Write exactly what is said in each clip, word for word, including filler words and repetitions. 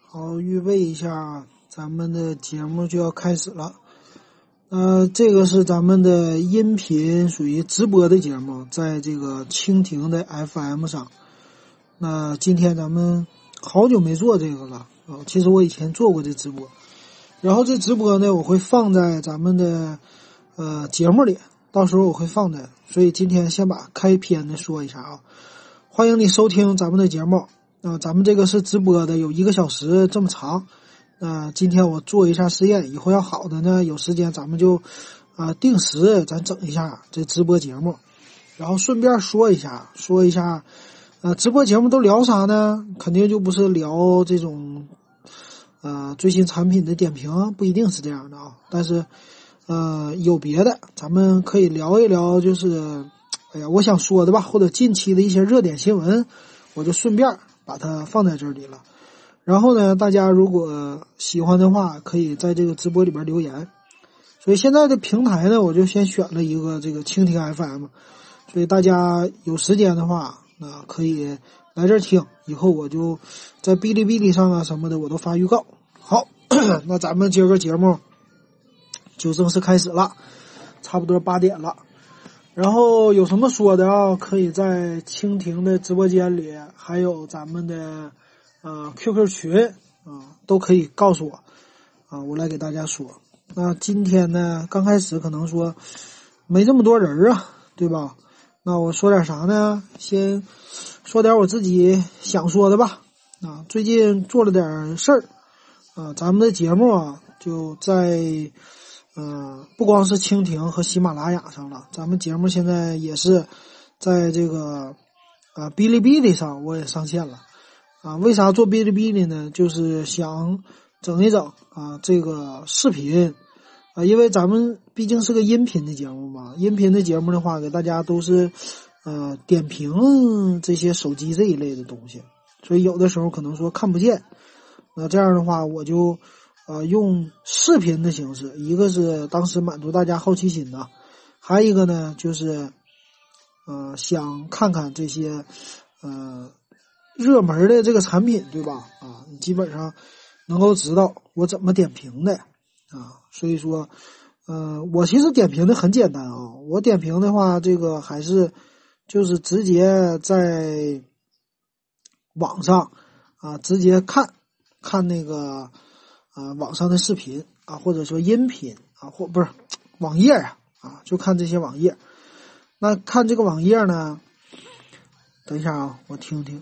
好，预备一下，咱们的节目就要开始了。呃，这个是咱们的音频，属于直播的节目，在这个蜻蜓的 F M 上。那今天咱们好久没做这个了啊，其实我以前做过这直播，然后这直播呢，我会放在咱们的呃节目里，到时候我会放在，所以今天先把开篇的说一下啊，欢迎你收听咱们的节目。啊、呃，咱们这个是直播的，有一个小时这么长。那、呃、今天我做一下实验，以后要好的呢，有时间咱们就啊、呃、定时咱整一下这直播节目。然后顺便说一下，说一下，呃，直播节目都聊啥呢？肯定就不是聊这种呃最新产品的点评，不一定是这样的啊。但是呃有别的，咱们可以聊一聊，就是哎呀我想说的吧，或者近期的一些热点新闻，我就顺便把它放在这里了。然后呢，大家如果喜欢的话，可以在这个直播里边留言。所以现在的平台呢，我就先选了一个这个蜻蜓 F M， 所以大家有时间的话，那可以来这儿听。以后我就在哔哩哔哩上啊什么的，我都发预告。好，那咱们今儿个节目就正式开始了，差不多八点了。然后有什么说的啊，可以在蜻蜓的直播间里，还有咱们的呃 Q Q 群啊、呃，都可以告诉我啊、呃，我来给大家说。那今天呢，刚开始可能说没这么多人啊，对吧？那我说点啥呢？先说点我自己想说的吧。啊，最近做了点事儿啊，咱们的节目啊就在。呃，不光是蜻蜓和喜马拉雅上了，咱们节目现在也是在这个啊哔哩哔哩上我也上线了啊。为啥做哔哩哔哩呢？就是想整一整啊这个视频啊，因为咱们毕竟是个音频的节目嘛，音频的节目的话，给大家都是呃点评这些手机这一类的东西，所以有的时候可能说看不见，那这样的话我就。呃，用视频的形式，一个是当时满足大家好奇心的，还有一个呢就是，呃，想看看这些呃热门的这个产品，对吧？啊，你基本上能够知道我怎么点评的啊，所以说，呃，我其实点评的很简单啊，我点评的话，这个还是就是直接在网上啊，直接看看那个。啊，网上的视频啊，或者说音频啊，或不是网页啊，啊，就看这些网页。那看这个网页呢，等一下啊，我听听，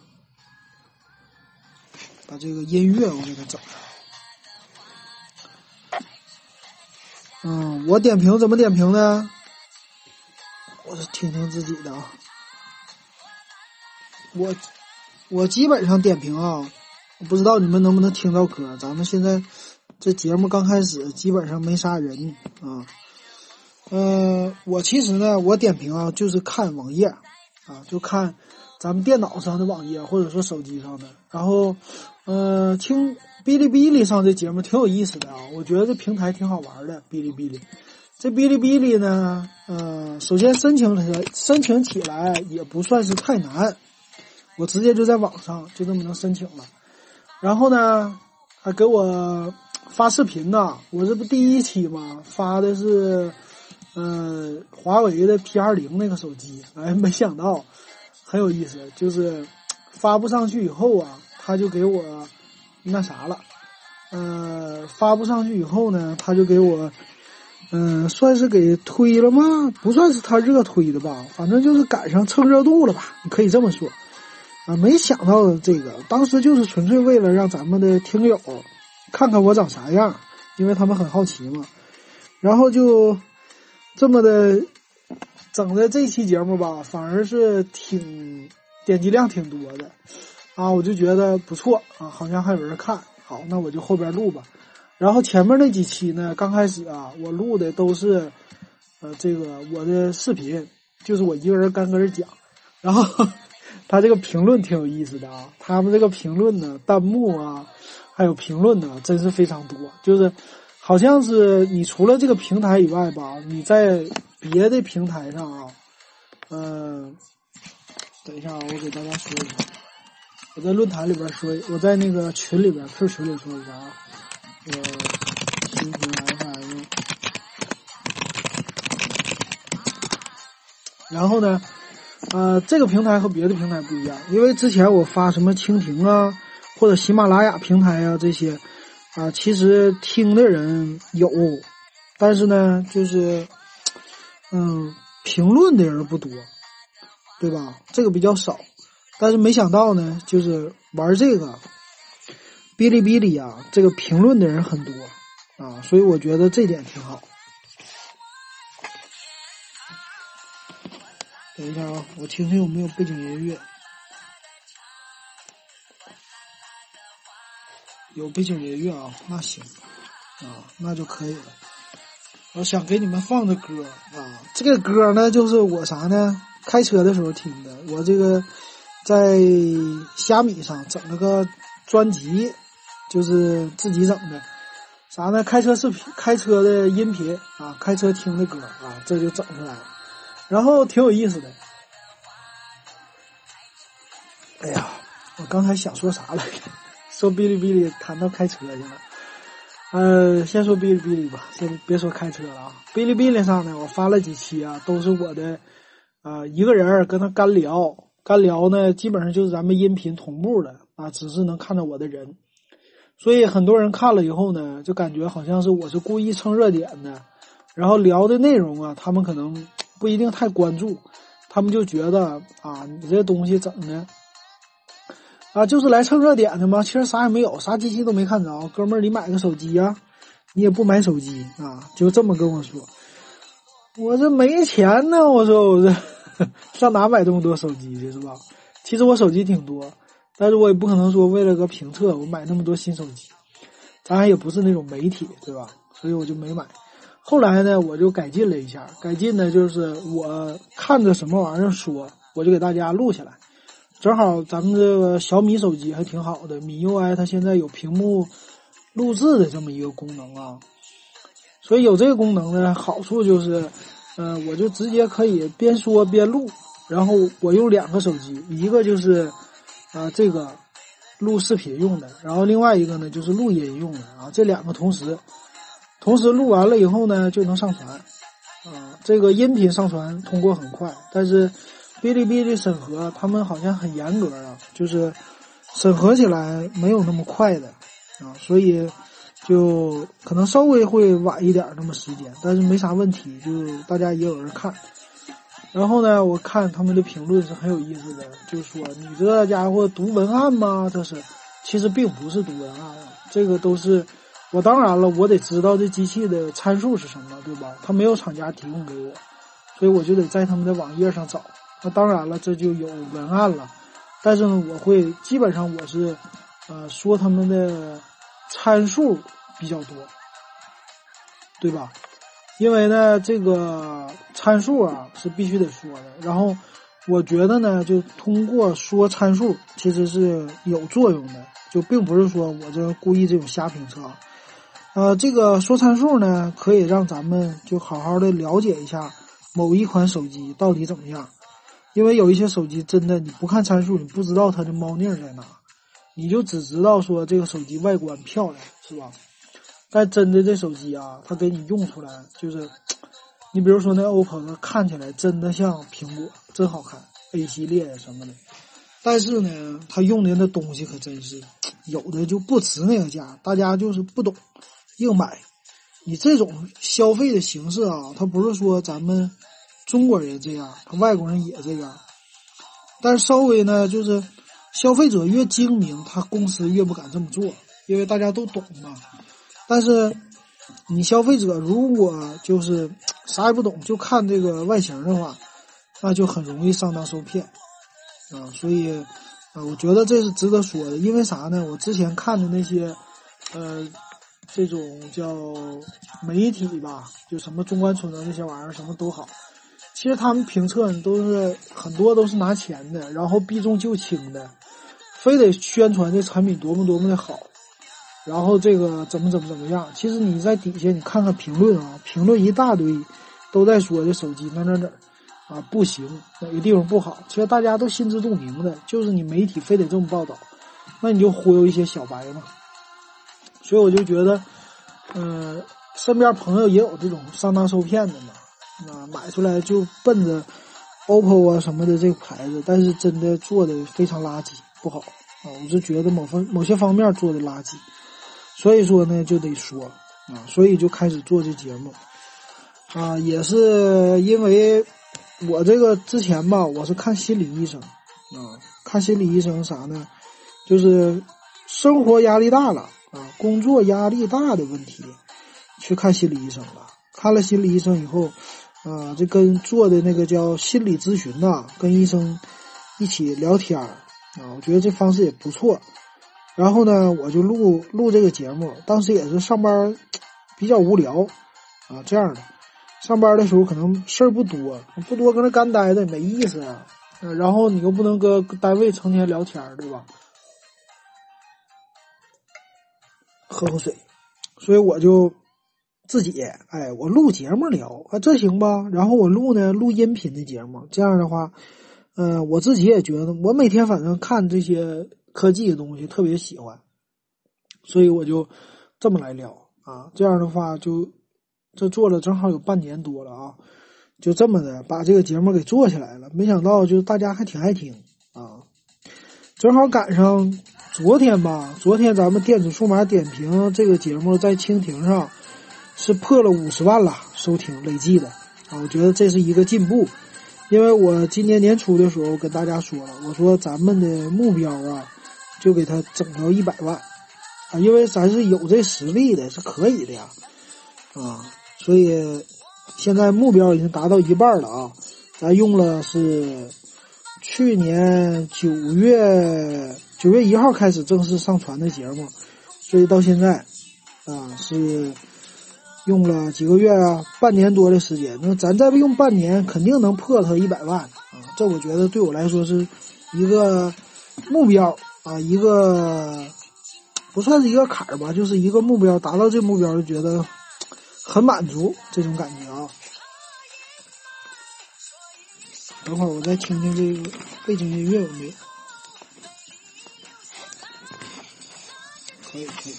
把这个音乐我给它整上。嗯，我点评怎么点评呢？我是听听自己的啊，我我基本上点评啊。我不知道你们能不能听到歌，咱们现在这节目刚开始，基本上没啥人啊。呃，我其实呢，我点评啊，就是看网页啊，就看咱们电脑上的网页，或者说手机上的。然后，呃，听哔哩哔哩上这节目挺有意思的啊，我觉得这平台挺好玩的。哔哩哔哩，这哔哩哔哩呢，呃，首先申请起来，申请起来也不算是太难，我直接就在网上就这么能申请了。然后呢，还给我发视频呢。我这不第一期嘛，发的是，呃，华为的 P 二十 那个手机。哎，没想到，很有意思。就是发布上去以后啊，他就给我那啥了。呃，发布上去以后呢，他就给我，嗯、呃，算是给推了吗？不算是他热推的吧，反正就是赶上蹭热度了吧，你可以这么说。啊，没想到这个，当时就是纯粹为了让咱们的听友看看我长啥样，因为他们很好奇嘛。然后就这么的整的这期节目吧，反而是挺点击量挺多的啊，我就觉得不错啊，好像还有人看。好，那我就后边录吧。然后前面那几期呢，刚开始啊，我录的都是呃这个我的视频，就是我一个人干个人讲，然后。他这个评论挺有意思的啊，他们这个评论呢，弹幕啊，还有评论呢，真是非常多。就是好像是你除了这个平台以外吧，你在别的平台上啊，嗯、呃，等一下啊，我给大家说一下。 我在论坛里边说，我在那个群里边 Q 群里说一下啊，呃，蜻蜓 F M。然后呢，呃，这个平台和别的平台不一样，因为之前我发什么蜻蜓啊，或者喜马拉雅平台啊这些，啊、呃，其实听的人有，但是呢，就是，嗯，评论的人不多，对吧？这个比较少。但是没想到呢，就是玩这个哔哩哔哩啊，这个评论的人很多啊，所以我觉得这点挺好。等一下啊，我听听有没有背景音乐。有背景音乐啊，那行啊，那就可以了。我想给你们放的歌啊，这个歌呢，就是我啥呢？开车的时候听的。我这个在虾米上整了个专辑，就是自己整的。啥呢？开车视频，开车的音频啊，开车听的歌啊，这就整出来了。然后挺有意思的。哎呀，我刚才想说啥来着？说哔哩哔哩谈到开车去了。呃，先说哔哩哔哩吧，先别说开车了啊。哔哩哔哩上呢，我发了几期啊，都是我的啊、呃、一个人跟他干聊，干聊呢基本上就是咱们音频同步的啊，只是能看到我的人。所以很多人看了以后呢，就感觉好像是我是故意蹭热点的，然后聊的内容啊，他们可能不一定太关注，他们就觉得啊，你这东西整的啊，就是来蹭热点的吗？其实啥也没有，啥机器都没看着。哥们儿，你买个手机呀、啊？你也不买手机啊？就这么跟我说，我这没钱呢。我说我这上哪买这么多手机去是吧？其实我手机挺多，但是我也不可能说为了个评测我买那么多新手机，咱也不是那种媒体对吧？所以我就没买。后来呢，我就改进了一下，改进呢就是我看着什么玩意儿说，我就给大家录下来。正好咱们这个小米手机还挺好的，米 U I 它现在有屏幕录制的这么一个功能啊，所以有这个功能呢，好处就是，呃，我就直接可以边说边录，然后我用两个手机，一个就是啊、呃、这个录视频用的，然后另外一个呢就是录音用的啊，这两个同时同时录完了以后呢就能上传啊，这个音频上传通过很快，但是哔哩哔哩审核他们好像很严格啊，就是审核起来没有那么快的啊，所以就可能稍微会晚一点那么时间，但是没啥问题，就大家也有人看。然后呢，我看他们的评论是很有意思的，就说你这家伙读文案吗？这是，其实并不是读文案啊，这个都是我当然了，我得知道这机器的参数是什么，对吧？它没有厂家提供给我，所以我就得在他们的网页上找。那当然了，这就有文案了，但是呢，我会基本上我是，呃，说他们的参数比较多，对吧？因为呢，这个参数啊是必须得说的。然后我觉得呢，就通过说参数其实是有作用的，就并不是说我这故意这种瞎评测。呃，这个说参数呢，可以让咱们就好好的了解一下某一款手机到底怎么样。因为有一些手机真的你不看参数，你不知道它的猫腻在哪，你就只知道说这个手机外观漂亮，是吧？但真的这手机啊，它给你用出来就是，你比如说那 O P P O 看起来真的像苹果，真好看 ，A 系列什么的。但是呢，它用的那东西可真是有的就不值那个价，大家就是不懂，硬买。你这种消费的形式啊，它不是说咱们中国人这样，他外国人也这样，但是稍微呢，就是消费者越精明，他公司越不敢这么做，因为大家都懂嘛。但是你消费者如果就是啥也不懂，就看这个外形的话，那就很容易上当受骗啊。所以啊，我觉得这是值得说的，因为啥呢？我之前看的那些呃这种叫媒体吧，就什么中关村的那些玩意儿，什么都好。其实他们评测都是很多都是拿钱的，然后避重就轻的，非得宣传这产品多么多么的好，然后这个怎么怎么怎么样。其实你在底下你看看评论啊，评论一大堆都在说这手机哪哪哪， 啊不行，哪个地方不好，其实大家都心知肚明的，就是你媒体非得这么报道，那你就忽悠一些小白嘛。所以我就觉得，呃，身边朋友也有这种上当受骗的嘛，啊，买出来就奔着 O P P O 啊什么的这个牌子，但是真的做的非常垃圾，不好啊，我就觉得某方某些方面做的垃圾，所以说呢就得说啊，所以就开始做这节目啊，也是因为我这个之前吧，我是看心理医生啊，看心理医生啥呢，就是生活压力大了啊，工作压力大的问题，去看心理医生了。看了心理医生以后，啊，这跟做的那个叫心理咨询呐、啊，跟医生一起聊天啊，我觉得这方式也不错。然后呢，我就录录这个节目，当时也是上班比较无聊啊，这样的。上班的时候可能事儿不多，不多搁那干待着也没意思啊。然后你又不能搁单位成天聊天，对吧？喝口水，所以我就自己，哎，我录节目聊啊，这行吧？然后我录呢，录音频的节目，这样的话，呃，我自己也觉得，我每天反正看这些科技的东西特别喜欢，所以我就这么来聊啊。这样的话就。这做了正好有半年多了啊，就这么的把这个节目给做起来了。没想到就大家还挺爱听啊，正好赶上昨天吧，昨天咱们电子数码点评这个节目在蜻蜓上是破了五十万了收听累计的啊，我觉得这是一个进步。因为我今年年初的时候跟大家说了，我说咱们的目标啊，就给它整到一百万啊，因为咱是有这实力的，是可以的呀啊。所以现在目标已经达到一半了啊！咱用了是去年九月九月一号开始正式上传的节目，所以到现在啊是用了几个月啊，半年多的时间。那咱再用半年，肯定能破它一百万啊！这我觉得对我来说是一个目标啊，一个不算是一个坎儿吧，就是一个目标。达到这目标就觉得很满足，这种感觉啊。等会儿我再听听这个背景音乐有没有？可以可以。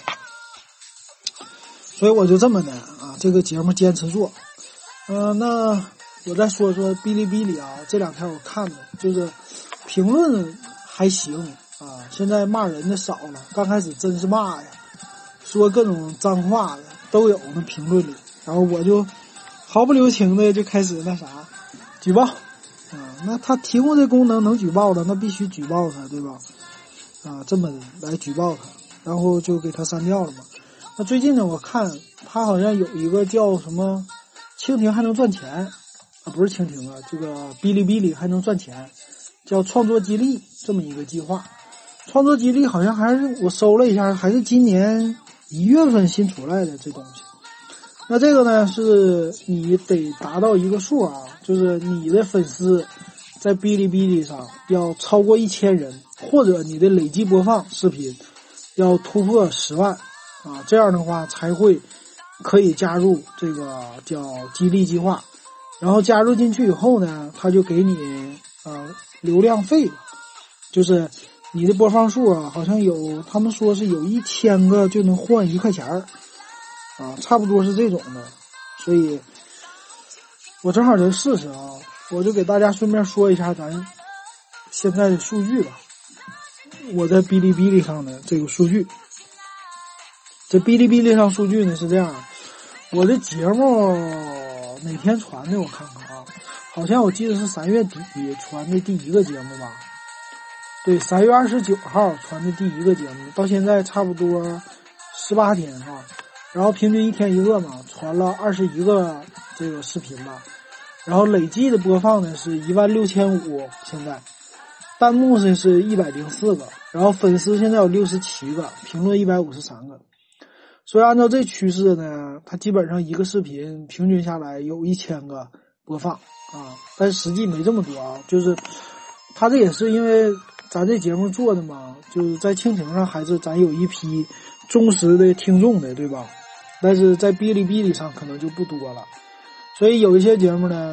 所以我就这么的啊，这个节目坚持做。嗯、呃，那我再说说哔哩哔哩啊，这两天我看的就是评论还行啊，现在骂人的少了，刚开始真是骂呀，说各种脏话的都有那评论里，然后我就毫不留情的就开始那啥举报啊，那他提供这功能能举报的，那必须举报他，对吧？啊，这么的来举报他，然后就给他删掉了嘛。那最近呢，我看他好像有一个叫什么蜻蜓还能赚钱啊，不是蜻蜓啊，这个哔哩哔哩还能赚钱，叫创作激励这么一个计划。创作激励好像还是我搜了一下，还是今年一月份新出来的这东西。那这个呢，是你得达到一个数啊，就是你的粉丝在哔哩哔哩上要超过一千人，或者你的累计播放视频要突破十万啊，这样的话才会可以加入这个叫激励计划。然后加入进去以后呢，他就给你呃流量费，就是你的播放数啊，好像有他们说是有一千个就能换一块钱儿。啊，差不多是这种的，所以我正好就试试啊，我就给大家顺便说一下咱现在的数据吧。我在哔哩哔哩上的这个数据，这哔哩哔哩上数据呢是这样，我的节目哪天传的我看看啊，好像我记得是三月底传的第一个节目吧，对，三月二十九号传的第一个节目，到现在差不多十八天哈。然后平均一天一个嘛，传了二十一个这个视频吧，然后累计的播放呢是一万六千五，现在弹幕是是一百零四个，然后粉丝现在有六十七个，评论一百五十三个。所以按照这趋势呢，它基本上一个视频平均下来有一千个播放啊，但实际没这么多啊，就是它这也是因为咱这节目做的嘛，就是在蜻蜓上还是咱有一批忠实的听众的，对吧？但是在哔哩哔哩上可能就不多了，所以有一些节目呢，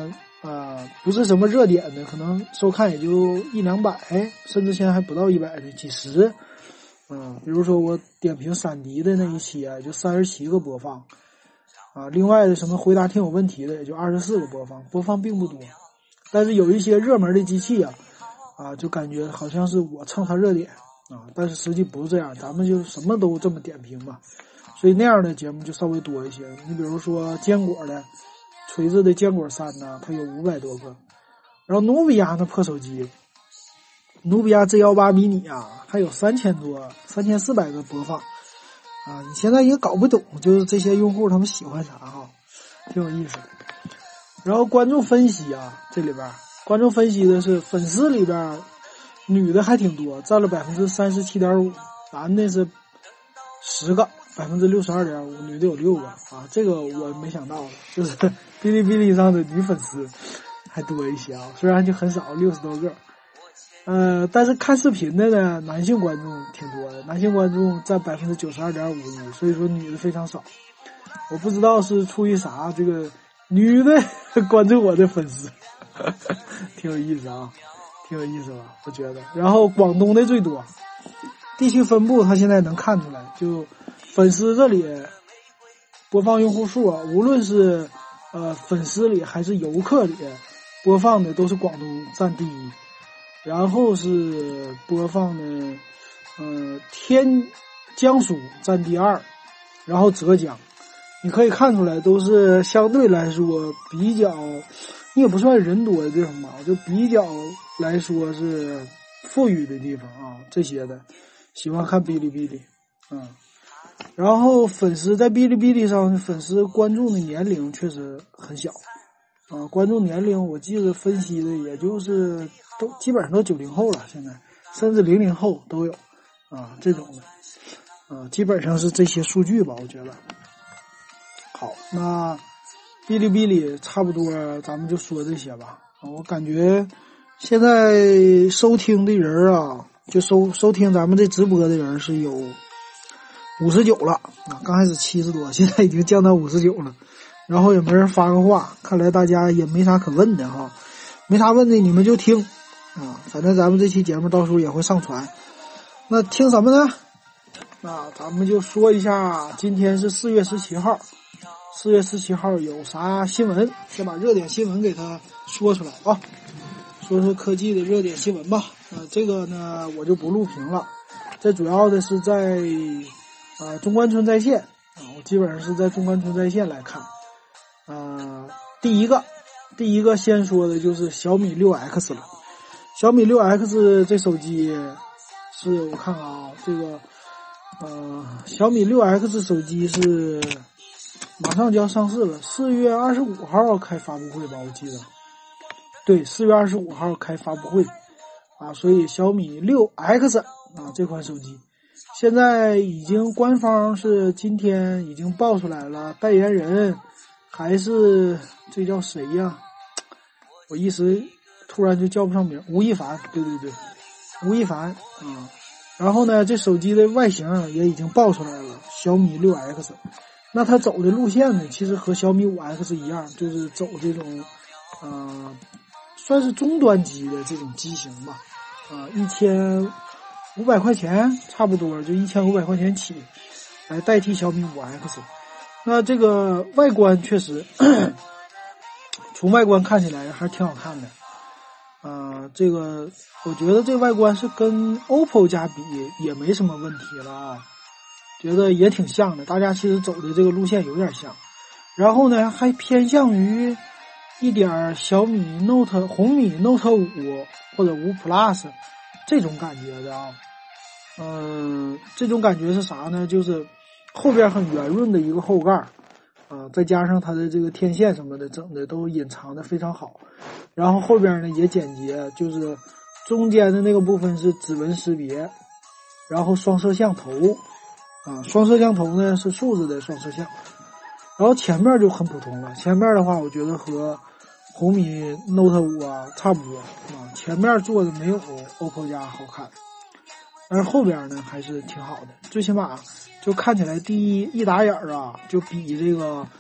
啊，不是什么热点的，可能收看也就一两百，甚至现在还不到一百的几十。嗯，比如说我点评闪迪的那一期啊，就三十七个播放啊，另外的什么回答挺有问题的，也就二十四个播放，播放并不多。但是有一些热门的机器啊，啊，就感觉好像是我蹭它热点啊，但是实际不是这样，咱们就什么都这么点评嘛，所以那样的节目就稍微多一些。你比如说坚果的。锤子的坚果三呢，它有五百多个，然后努比亚那破手机，努比亚 Z 十八 mini 啊，还有三千多、三千四百个播放啊！你现在也搞不懂，就是这些用户他们喜欢啥哈，挺有意思的。然后观众分析啊，这里边观众分析的是粉丝里边女的还挺多，占了百分之三十七点五，男的是十个。百分之六十二点五，女的有六个啊，这个我没想到的，就是哔哩哔哩上的女粉丝还多一些啊，虽然就很少，六十多个，呃，但是看视频的呢，男性观众挺多的，男性观众占百分之九十二点五一，所以说女的非常少。我不知道是出于啥，这个女的关注我的粉丝，挺有意思啊，挺有意思吧？我觉得。然后广东的最多，地区分布它现在能看出来，就。粉丝这里播放用户数啊，无论是呃粉丝里还是游客里播放的都是广东占第一，然后是播放的呃天江苏占第二，然后浙江，你可以看出来都是相对来说比较，你也不算人多的地方吧，就比较来说是富裕的地方啊，这些的喜欢看哔哩哔哩，嗯。然后粉丝在哔哩哔哩上粉丝关注的年龄确实很小啊，关注年龄我记得分析的也就是都基本上都九零后了，现在甚至零零后都有啊，这种的啊，基本上是这些数据吧，我觉得。好，那哔哩哔哩差不多咱们就说这些吧啊，我感觉现在收听的人啊，就收收听咱们这直播的人是有五十九了啊，刚开始七十多，现在已经降到五十九了。然后也没人发个话，看来大家也没啥可问的哈，没啥问的你们就听啊，反正咱们这期节目到时候也会上传。那听什么呢？那咱们就说一下，今天是四月十七号，四月十七号有啥新闻？先把热点新闻给它说出来啊，说说科技的热点新闻吧。啊，这个呢我就不录屏了，这主要的是在。啊，中关村在线啊，我基本上是在中关村在线来看。啊，第一个，第一个先说的就是小米六 X 了。小米六 X 这手机是我看看啊，这个呃，小米六 X 手机是马上就要上市了，四月二十五号开发布会吧，我记得。对，四月二十五号开发布会啊，所以小米六 X 啊这款手机。现在已经官方是今天已经爆出来了，代言人还是这叫谁呀？我一时突然就叫不上名，吴亦凡，对对对，吴亦凡啊、嗯。然后呢，这手机的外形也已经爆出来了，小米六 X。那它走的路线呢，其实和小米五 X 一样，就是走这种呃，算是中端机的这种机型吧，啊、呃，一千。五百块钱差不多，就一千五百块钱起，来代替小米五 X。那这个外观确实，从外观看起来还是挺好看的。啊、呃，这个我觉得这外观是跟 O P P O 家比也没什么问题了啊，觉得也挺像的。大家其实走的这个路线有点像，然后呢还偏向于一点小米 Note 红米 Note 五或者五 Plus 这种感觉的啊。嗯、呃，这种感觉是啥呢？就是后边很圆润的一个后盖啊、呃，再加上它的这个天线什么的，整的都隐藏的非常好。然后后边呢也简洁，就是中间的那个部分是指纹识别，然后双摄像头啊，双摄像头呢是竖着的双摄像。然后前面就很普通了，前面的话我觉得和红米 Note 五啊差不多啊，前面做的没有 O P P O 家好看。但是后边呢还是挺好的，最起码就看起来第一一打眼儿啊，就比这个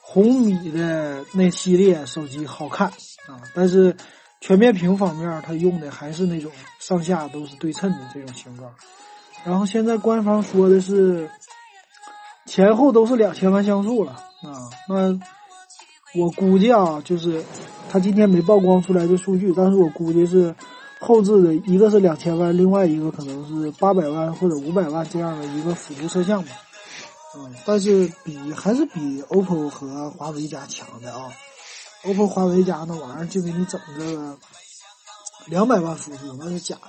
红米的那系列手机好看啊，但是全面屏方面它用的还是那种上下都是对称的这种形状。然后现在官方说的是前后都是两千万像素了啊，那我估计啊，就是他今天没曝光出来的数据，但是我估计是后置的一个是两千万，另外一个可能是八百万或者五百万这样的一个辅助摄像吧。嗯，但是比还是比 O P P O 和华为家强的啊。O P P O 华为家那玩意儿就给你整个两百万辅助，那是假的。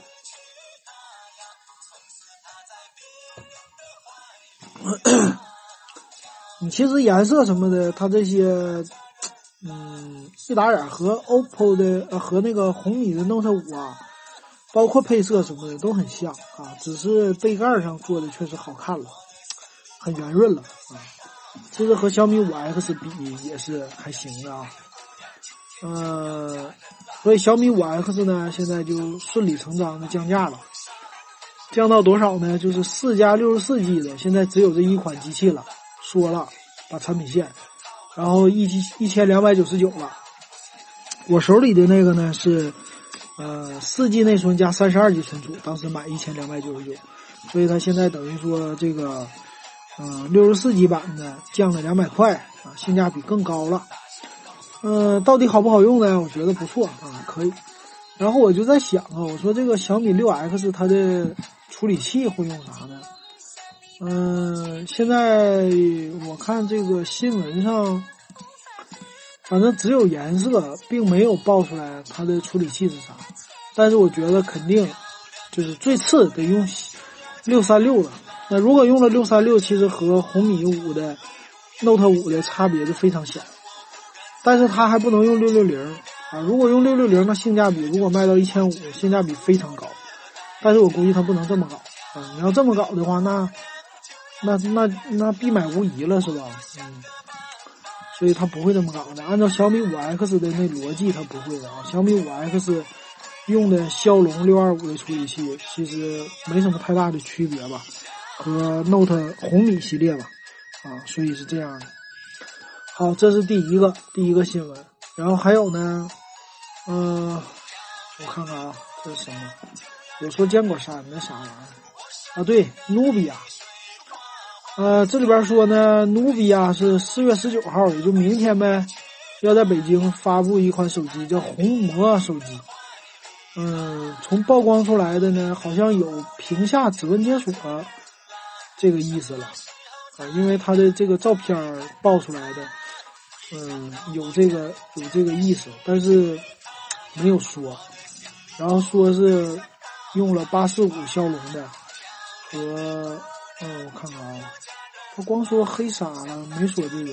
你其实颜色什么的，它这些，嗯，一打眼和 O P P O 的呃和那个红米的 Note 五啊，包括配色什么的都很像啊，只是背盖上做的确实好看了，很圆润了啊。其实和小米五 X 比也是还行的啊。呃，所以小米五 X 呢，现在就顺理成章的降价了，降到多少呢？就是四加六十四 G 的，现在只有这一款机器了，说了把产品线，然后一一千两百九十九了。我手里的那个呢是呃四 G 内存加三十二 G 存储，当时买一千两百九十九，所以它现在等于说这个呃六十四 G 版的降了两百块啊，性价比更高了。呃，到底好不好用呢？我觉得不错啊，可以。然后我就在想啊，我说这个小米 六 X 它的处理器会用啥呢？嗯、呃，现在我看这个新闻上，反正只有颜色，并没有报出来它的处理器是啥。但是我觉得肯定就是最次得用六三六了。那如果用了六三六，其实和红米五的 Note 五的差别就非常小。但是它还不能用六六零啊！如果用六六零，那性价比如果卖到一千五，性价比非常高。但是我估计它不能这么搞啊！你要这么搞的话，那那那那必买无疑了，是吧？嗯，所以它不会这么搞的。按照小米五 X 的那逻辑，它不会的啊！小米五 X 用的骁龙六二五的处理器，其实没什么太大的区别吧，和 Note 红米系列吧，啊，所以是这样的。好，这是第一个第一个新闻，然后还有呢，嗯、呃，我看看啊，这是什么？我说坚果山的啥玩意儿啊？对，努比亚，呃，这里边说呢，努比亚是四月十九号，也就明天呗，要在北京发布一款手机，叫红魔手机。嗯，从曝光出来的呢，好像有屏下指纹解锁这个意思了啊，因为它的这个照片爆出来的。嗯，有这个有这个意思，但是没有说。然后说是用了八四五骁龙的和，嗯，我看看啊，他光说黑鲨了，没说这个。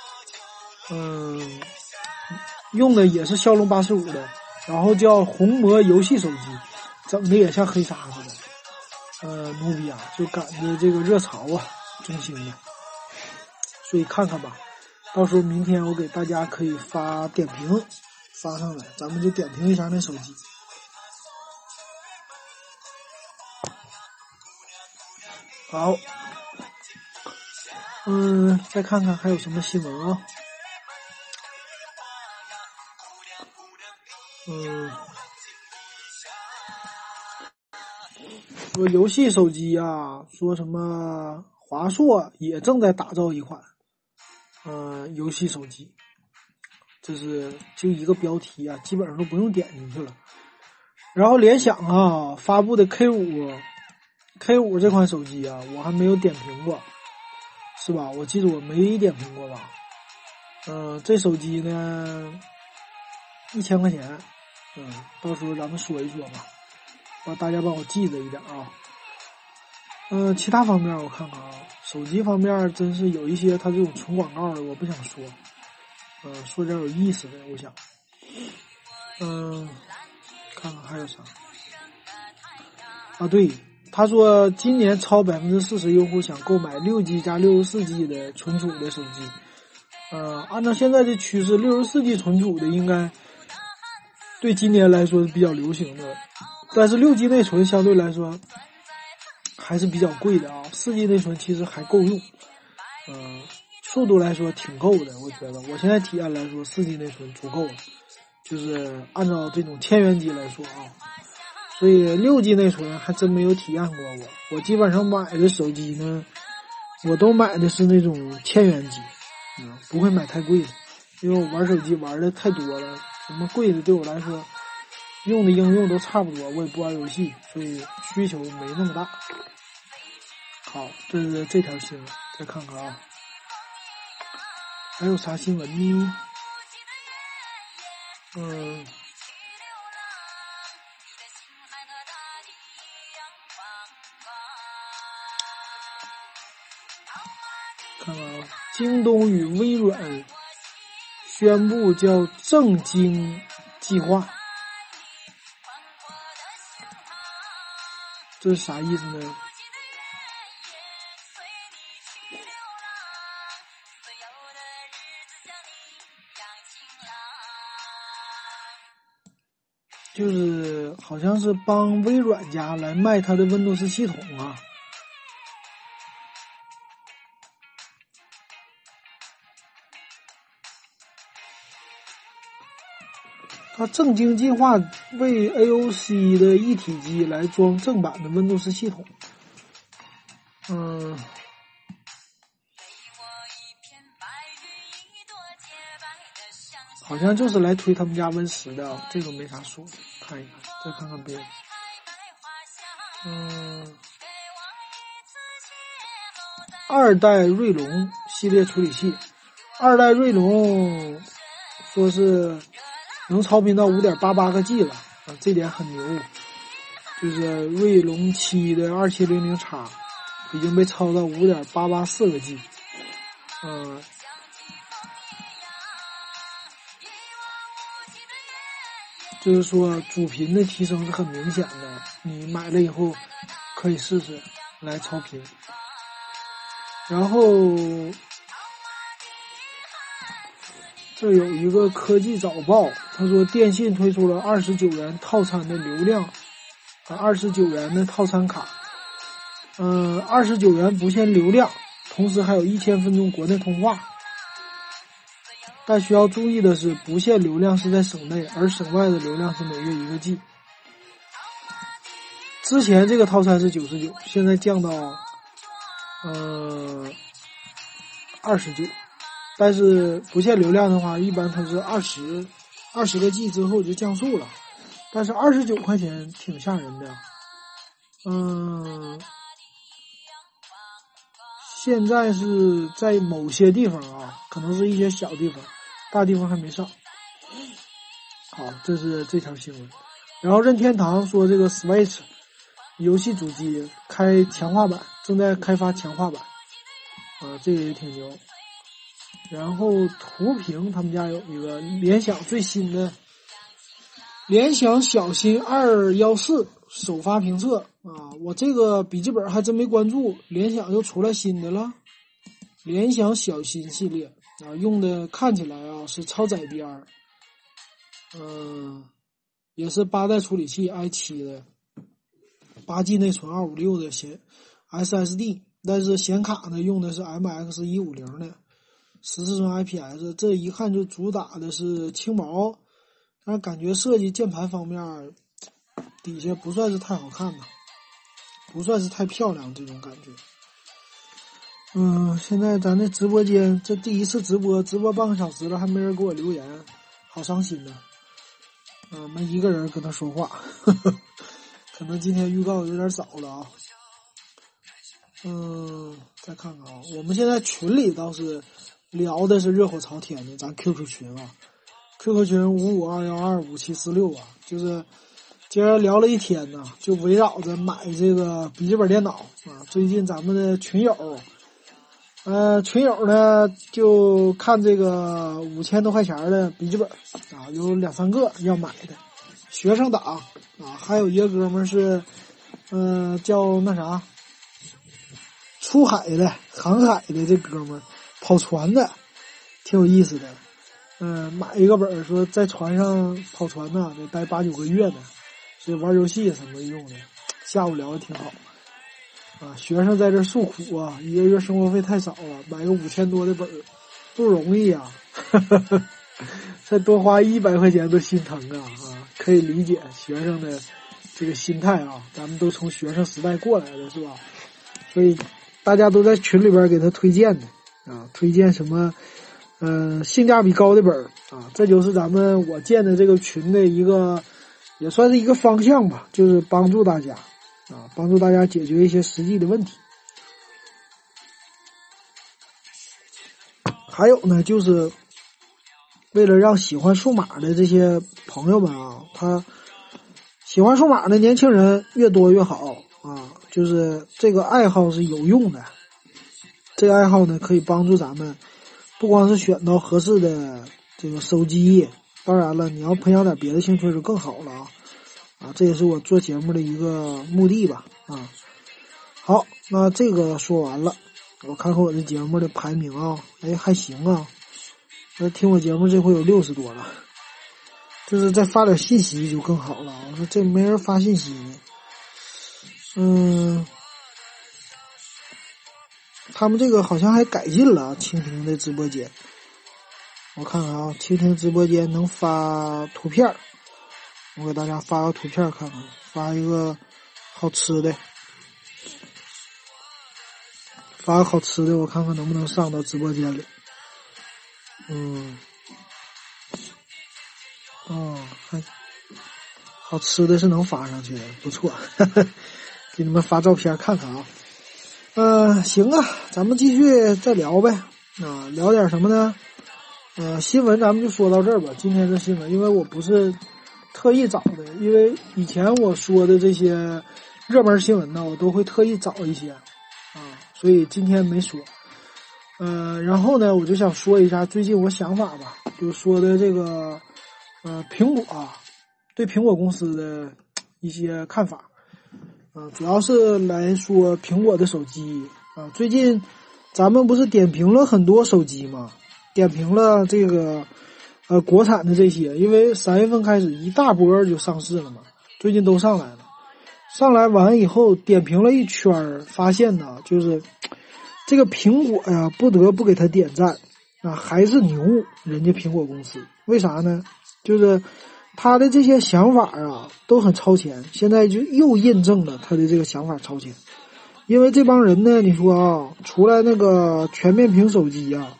嗯，用的也是骁龙八四五的，然后叫红魔游戏手机，整的也像黑鲨似的。呃，努比亚就赶着这个热潮啊，中兴的，所以看看吧。到时候明天我给大家可以发点评发上来，咱们就点评一下那手机。好，嗯，再看看还有什么新闻啊？嗯，说游戏手机啊，说什么华硕也正在打造一款。呃，游戏手机，这是就一个标题啊，基本上都不用点进去了。然后联想啊发布的 K 五 K 五 这款手机啊，我还没有点评过，是吧？我记得我没点评过吧？嗯、呃，这手机呢一千块钱，嗯，到时候咱们说一说吧，把大家帮我记着一点啊。嗯、呃，其他方面我看看啊，手机方面真是有一些它这种纯广告的，我不想说。嗯、呃，说点有意思的，我想。嗯、呃，看看还有啥啊？对，他说今年超百分之四十用户想购买六 G 加六十四 G 的存储的手机。呃，按照现在的趋势，六十四 G 存储的应该对今年来说是比较流行的，但是六 G 内存相对来说还是比较贵的啊，四 G 内存其实还够用。嗯、呃， 速度来说挺够的，我觉得我现在体验来说四 G 内存足够了，就是按照这种千元机来说啊，所以六 G 内存还真没有体验过我。我基本上买的手机呢，我都买的是那种千元机，嗯，不会买太贵的，因为我玩手机玩的太多了，什么贵的对我来说用的应用都差不多，我也不玩游戏，所以需求没那么大。好，这是这条新闻，再看看啊，还有啥新闻呢？嗯，看看啊，京东与微软宣布叫正经计划，这是啥意思呢？就是好像是帮微软家来卖它的 Windows 系统啊。它正经计划为 A O C 的一体机来装正版的 Windows 系统。嗯，好像就是来推他们家 Win 十的，这个没啥说，看一看，再看看别的。嗯，二代锐龙系列处理器，二代锐龙说是能超频到 五点八八 个 G 了啊，这点很牛。就是锐龙七的 二七零零 X 已经被超到 五点八八四 个 G。嗯，就是说主频的提升是很明显的，你买了以后可以试试来超频。然后这有一个科技早报，他说电信推出了二十九元套餐的流量啊，二十九元的套餐卡，嗯，二十九元不限流量，同时还有一千分钟国内通话。但需要注意的是，不限流量是在省内，而省外的流量是每月一个 G。之前这个套餐是九十九，现在降到呃二十九，但是不限流量的话，一般它是二十二十个 G 之后就降速了，但是二十九块钱挺吓人的。嗯，现在是在某些地方啊，可能是一些小地方，大地方还没上。好，这是这条新闻。然后任天堂说这个 Switch 游戏主机开强化版，正在开发强化版啊，这个也挺牛。然后图屏他们家有一个联想最新的联想小新二一四首发评测啊，我这个笔记本还真没关注，联想又出来新的了，联想小新系列啊，用的看起来啊是超窄边儿，嗯，也是八代处理器 i 七 的，八 G 内存二五六的显 S S D， 但是显卡呢用的是 M X 一五零 的十四寸 I P S， 这一看就主打的是轻薄，但是感觉设计键盘方面底下不算是太好看吧，不算是太漂亮这种感觉。嗯，现在咱这直播间这第一次直播，直播半个小时了，还没人给我留言，好伤心呢。嗯，没一个人跟他说话，呵呵，可能今天预告有点早了啊。嗯，再看看啊，我们现在群里倒是聊的是热火朝天的，咱 Q Q 群啊 ，Q Q 群五五二幺二五七四六啊，就是今儿聊了一天呢，就围绕着买这个笔记本电脑啊。最近咱们的群友，呃，群友呢就看这个五千多块钱的笔记本啊，有两三个要买的，学生党啊，还有一个哥们是，嗯、呃，叫那啥。出海的航海的这哥们儿跑船的挺有意思的，嗯、呃，买一个本说在船上跑船呢得待八九个月呢，所以玩游戏什么用的，下午聊的挺好。 啊，学生在这诉苦啊，一个月生活费太少了，买个五千多的本儿不容易啊，再多花一百块钱都心疼啊啊！可以理解学生的这个心态啊，咱们都从学生时代过来的是吧？所以大家都在群里边给他推荐的啊，推荐什么呃性价比高的本儿啊，这就是咱们我建的这个群的一个也算是一个方向吧，就是帮助大家啊，帮助大家解决一些实际的问题。还有呢，就是为了让喜欢数码的这些朋友们啊，他喜欢数码的年轻人越多越好啊，就是这个爱好是有用的，这个爱好呢可以帮助咱们不光是选到合适的这个手机，当然了，你要培养点别的兴趣就更好了啊啊，这也是我做节目的一个目的吧啊。好，那这个说完了，我看看我的节目的排名啊，哎还行啊，那听我节目这回有六十多了，就是再发点信息就更好了。我说这没人发信息呢，嗯，他们这个好像还改进了蜻蜓的直播间，我看看啊，蜻蜓直播间能发图片，我给大家发个图片看看，发一个好吃的。发个好吃的，我看看能不能上到直播间里。嗯，哦，还好吃的是能发上去的，不错，呵呵，给你们发照片看看啊。呃，行啊，咱们继续再聊呗。啊，聊点什么呢？呃，新闻咱们就说到这儿吧。今天这新闻，因为我不是特意找的，因为以前我说的这些热门新闻呢，我都会特意找一些。啊，所以今天没说，呃，然后呢，我就想说一下最近我想法吧，就说的这个，呃，苹果啊，对苹果公司的一些看法，啊、呃，主要是来说苹果的手机啊，最近咱们不是点评了很多手机吗？点评了这个，呃，国产的这些，因为三月份开始一大波就上市了嘛，最近都上来了。上来完以后点评了一圈，发现呢，就是这个苹果呀，不得不给他点赞啊，还是牛，人家苹果公司为啥呢？就是他的这些想法啊都很超前，现在就又印证了他的这个想法超前。因为这帮人呢，你说啊，出来那个全面屏手机啊，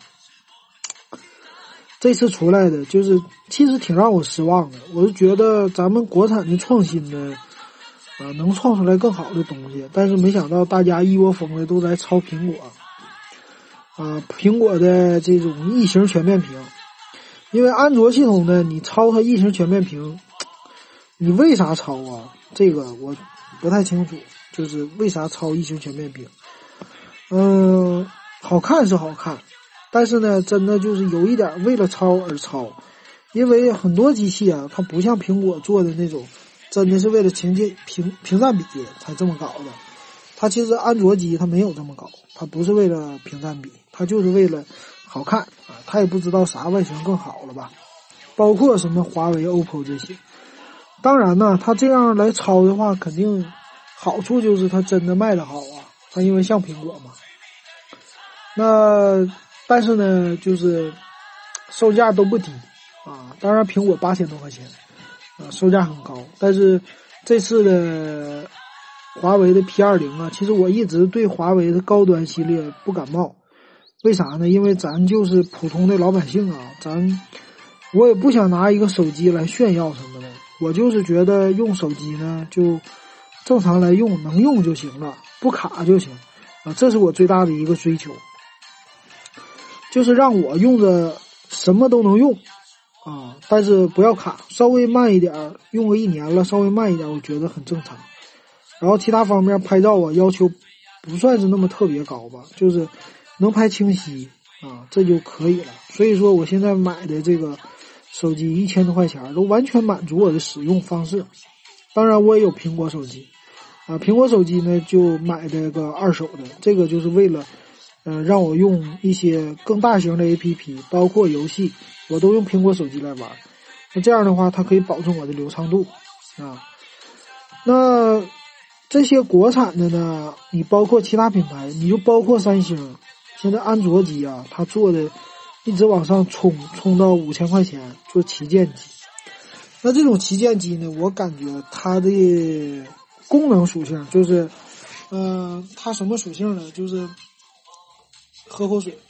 这次出来的就是其实挺让我失望的，我就觉得咱们国产的创新呢。啊，能创出来更好的东西，但是没想到大家一窝蜂的都在抄苹果，啊，苹果的这种异形全面屏，因为安卓系统呢，你抄它异形全面屏，你为啥抄啊？这个我不太清楚，就是为啥抄异形全面屏？嗯，好看是好看，但是呢，真的就是有一点为了抄而抄，因为很多机器啊，它不像苹果做的那种。真的是为了屏界屏屏占比才这么搞的，它其实安卓机它没有这么搞，它不是为了屏占比，它就是为了好看啊，它也不知道啥外形更好了吧，包括什么华为、O P P O 这些。当然呢，它这样来抄的话，肯定好处就是它真的卖得好啊，它因为像苹果嘛。那但是呢，就是售价都不低啊，当然苹果八千多块钱。啊，售价很高，但是这次的华为的 P 二十 啊，其实我一直对华为的高端系列不感冒，为啥呢？因为咱就是普通的老百姓啊，咱我也不想拿一个手机来炫耀什么的，我就是觉得用手机呢就正常来用，能用就行了，不卡就行啊，这是我最大的一个追求，就是让我用着什么都能用。啊，但是不要卡，稍微慢一点，用个一年了，稍微慢一点，我觉得很正常。然后其他方面拍照啊，要求不算是那么特别高吧，就是能拍清晰啊，这就可以了。所以说，我现在买的这个手机一千多块钱，都完全满足我的使用方式。当然，我也有苹果手机啊，苹果手机呢就买的个二手的，这个就是为了呃让我用一些更大型的 A P P， 包括游戏。我都用苹果手机来玩，那这样的话它可以保证我的流畅度啊。那这些国产的呢，你包括其他品牌，你就包括三星，现在安卓机啊，它做的一直往上冲，冲到五千块钱做旗舰机。那这种旗舰机呢，我感觉它的功能属性就是，嗯、呃，它什么属性呢？就是喝口水。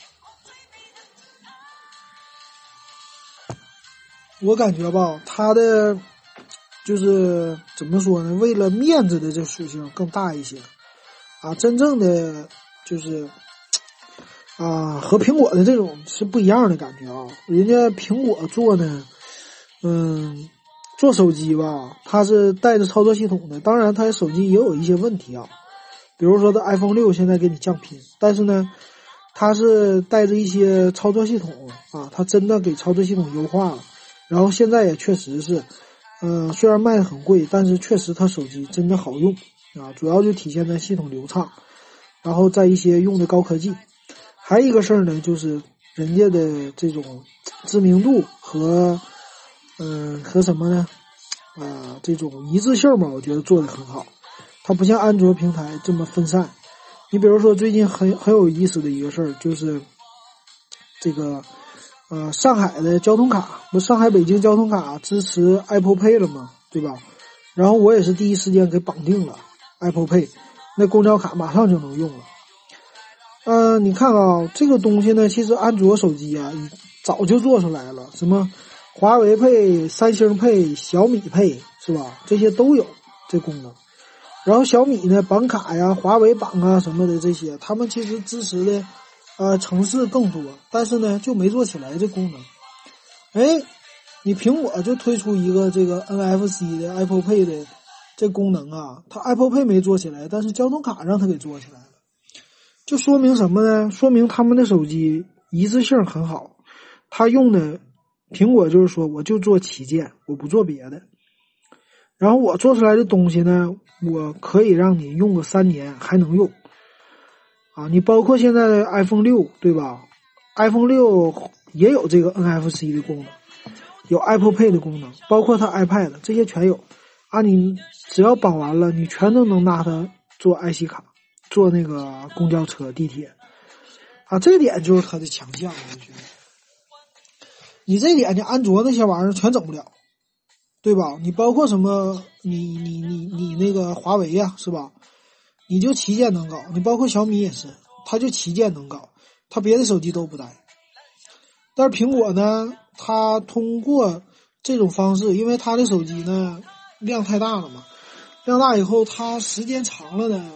我感觉吧，它的就是怎么说呢？为了面子的这属性更大一些啊，真正的就是啊，和苹果的这种是不一样的感觉啊。人家苹果做呢，嗯，做手机吧，它是带着操作系统的，当然它手机也有一些问题啊，比如说它 iPhone 六现在给你降频，但是呢，它是带着一些操作系统啊，它真的给操作系统优化了。然后现在也确实是，嗯、呃，虽然卖的很贵，但是确实它手机真的好用啊，主要就体现在系统流畅，然后在一些用的高科技。还有一个事儿呢，就是人家的这种知名度和，嗯、呃，和什么呢？啊、呃，这种一致性吧，我觉得做得很好。它不像安卓平台这么分散。你比如说最近很很有意思的一个事儿，就是这个。呃，上海的交通卡不，上海北京交通卡支持 Apple Pay 了吗？对吧？然后我也是第一时间给绑定了 Apple Pay， 那公交卡马上就能用了。呃，你看啊，这个东西呢，其实安卓手机啊，早就做出来了，什么华为配、三星配、小米配，是吧？这些都有这功能。然后小米呢，绑卡呀、华为绑啊什么的这些，他们其实支持的。呃，城市更多，但是呢，就没做起来这功能。哎，你苹果就推出一个这个 N F C 的 Apple Pay 的这功能啊，它 Apple Pay 没做起来，但是交通卡让它给做起来了，就说明什么呢？说明他们的手机一致性很好。他用的苹果就是说，我就做旗舰，我不做别的。然后我做出来的东西呢，我可以让你用个三年还能用。啊，你包括现在的 iPhone 六，对吧 ？iPhone 六也有这个 N F C 的功能，有 Apple Pay 的功能，包括它 iPad 这些全有。啊，你只要绑完了，你全都能拿它做 I C 卡，做那个公交车、地铁。啊，这点就是它的强项，我觉得。你这点你安卓那些玩意儿全整不了，对吧？你包括什么，你你你你那个华为呀、啊，是吧？你就旗舰能搞，你包括小米也是，它就旗舰能搞，它别的手机都不带。但是苹果呢，它通过这种方式，因为它的手机呢量太大了嘛，量大以后它时间长了呢，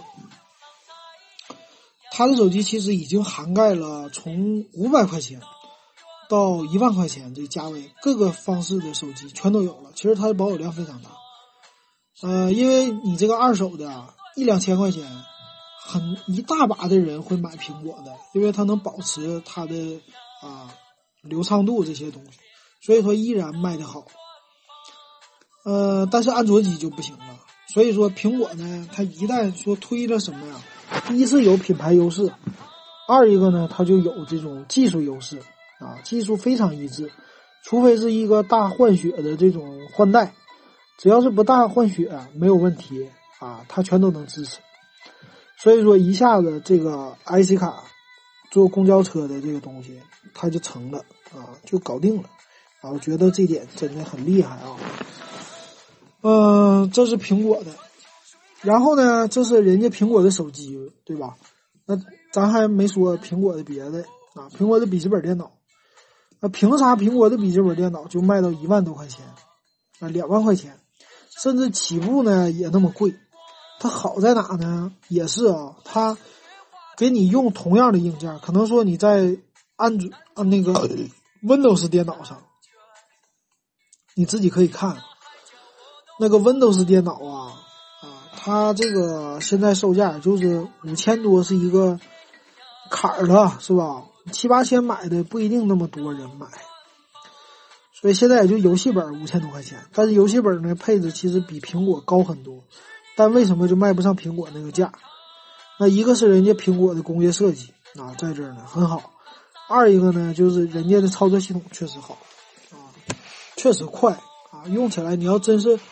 它的手机其实已经涵盖了从五百块钱到一万块钱这价位，各个方式的手机全都有了。其实它的保有量非常大，呃，因为你这个二手的啊。一两千块钱，很一大把的人会买苹果的，因为它能保持它的啊流畅度这些东西，所以说依然卖得好。呃，但是安卓机就不行了，所以说苹果呢，它一旦说推了什么呀，第一是有品牌优势，二一个呢，它就有这种技术优势啊，技术非常一致，除非是一个大换血的这种换代，只要是不大换血没有问题。啊，它全都能支持，所以说一下子这个 I C 卡坐公交车的这个东西，它就成了啊，就搞定了啊！我觉得这点真的很厉害啊。嗯、呃，这是苹果的，然后呢，这是人家苹果的手机，对吧？那咱还没说苹果的别的啊，苹果的笔记本电脑，那凭啥苹果的笔记本电脑就卖到一万多块钱啊，两万块钱，甚至起步呢也那么贵？它好在哪呢？也是啊，它给你用同样的硬件，可能说你在安卓啊那个 Windows 电脑上，你自己可以看那个 Windows 电脑啊啊，它这个现在售价就是五千多是一个坎儿了，是吧？七八千买的不一定那么多人买，所以现在也就游戏本五千多块钱，但是游戏本呢配置其实比苹果高很多。但为什么就卖不上苹果那个价？那一个是人家苹果的工业设计啊，在这儿呢很好；二一个呢就是人家的操作系统确实好啊，确实快啊，用起来你要真是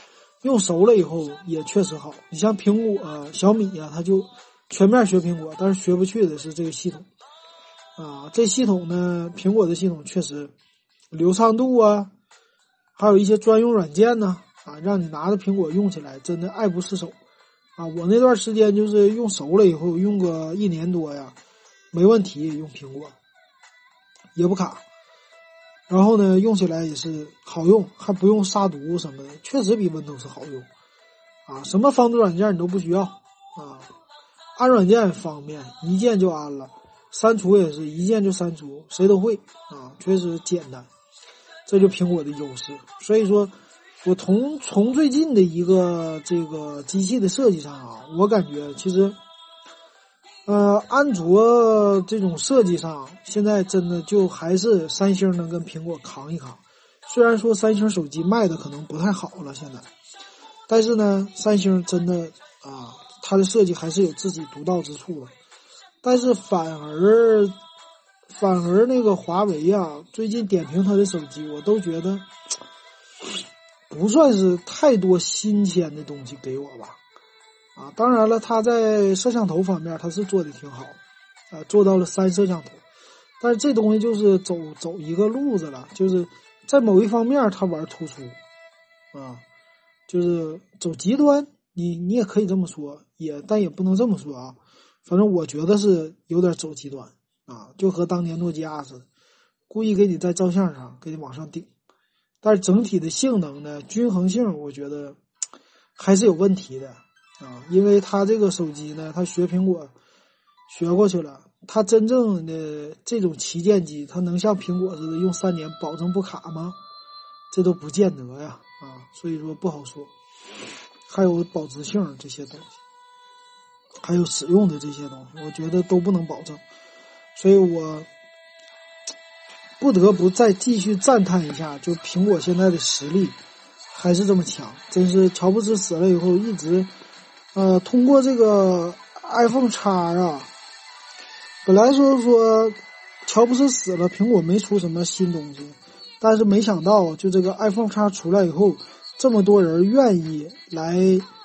用熟了以后也确实好。你像苹果、啊、小米呀、啊，它就全面学苹果，但是学不去的是这个系统啊。这系统呢，苹果的系统确实流畅度啊，还有一些专用软件呢啊，让你拿着苹果用起来真的爱不释手啊。我那段时间就是用熟了以后，用个一年多呀，没问题，用苹果也不卡。然后呢，用起来也是好用，还不用杀毒什么的，确实比 Windows 好用啊。什么防毒软件你都不需要啊，安软件方便，一键就安了，删除也是一键就删除，谁都会啊，确实简单，这就苹果的优势。所以说，我从从最近的一个这个机器的设计上啊，我感觉其实。呃，安卓这种设计上，现在真的就还是三星能跟苹果扛一扛。虽然说三星手机卖的可能不太好了，现在，但是呢，三星真的啊，它的设计还是有自己独到之处的。但是反而，反而那个华为啊，最近点评它的手机，我都觉得不算是太多新鲜的东西给我吧。啊，当然了，它在摄像头方面它是做的挺好，啊，做到了三摄像头，但是这东西就是走走一个路子了，就是在某一方面它玩突出，啊，就是走极端，你你也可以这么说，也但也不能这么说啊，反正我觉得是有点走极端啊，就和当年诺基亚似的，故意给你在照相上给你往上顶，但是整体的性能呢，均衡性我觉得还是有问题的。啊，因为它这个手机呢，它学苹果学过去了，它真正的这种旗舰机，它能像苹果似的用三年保证不卡吗？这都不见得呀，啊，所以说不好说。还有保值性这些东西，还有使用的这些东西，我觉得都不能保证，所以我不得不再继续赞叹一下，就苹果现在的实力还是这么强，真是乔布斯死了以后一直。呃，通过这个 iPhone X 啊，本来说说乔布斯死了，苹果没出什么新东西，但是没想到就这个 iPhone X 出来以后，这么多人愿意来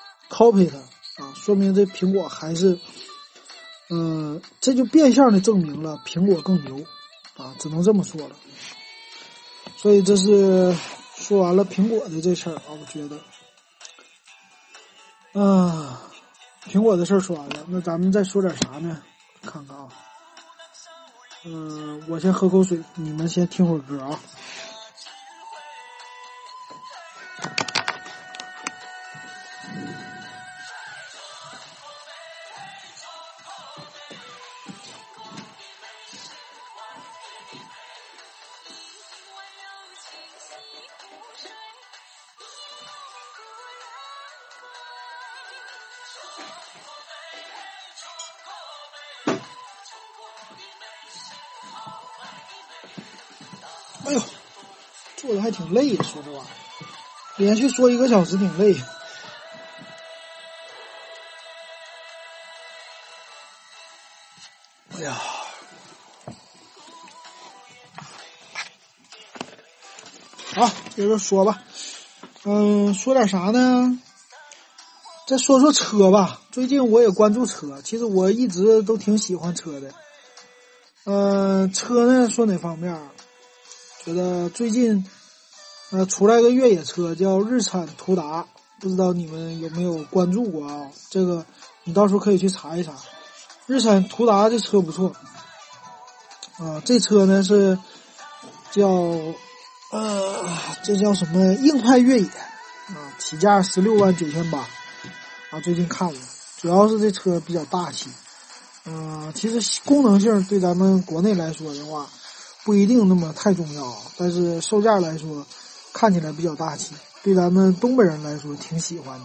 copy 它啊，说明这苹果还是，嗯、呃，这就变相的证明了苹果更牛啊，只能这么说了。所以这是说完了苹果的这事儿啊，我觉得。啊，苹果的事儿说完了，那咱们再说点啥呢？看看啊，嗯、呃，我先喝口水，你们先听会儿歌啊。哎呦，做的还挺累，说这玩意儿，连续说一个小时挺累。哎呀，好，接着说吧。嗯，说点啥呢？再说说车吧。最近我也关注车，其实我一直都挺喜欢车的。呃，车呢，说哪方面？觉得最近呃出来个越野车叫日产途达，不知道你们有没有关注过啊？这个你到时候可以去查一查。日产途达这车不错啊，这车呢是叫呃这叫什么硬派越野啊，起价十六万九千八啊，最近看了，主要是这车比较大气。嗯、呃，其实功能性对咱们国内来说的话，不一定那么太重要，但是售价来说，看起来比较大气，对咱们东北人来说挺喜欢的。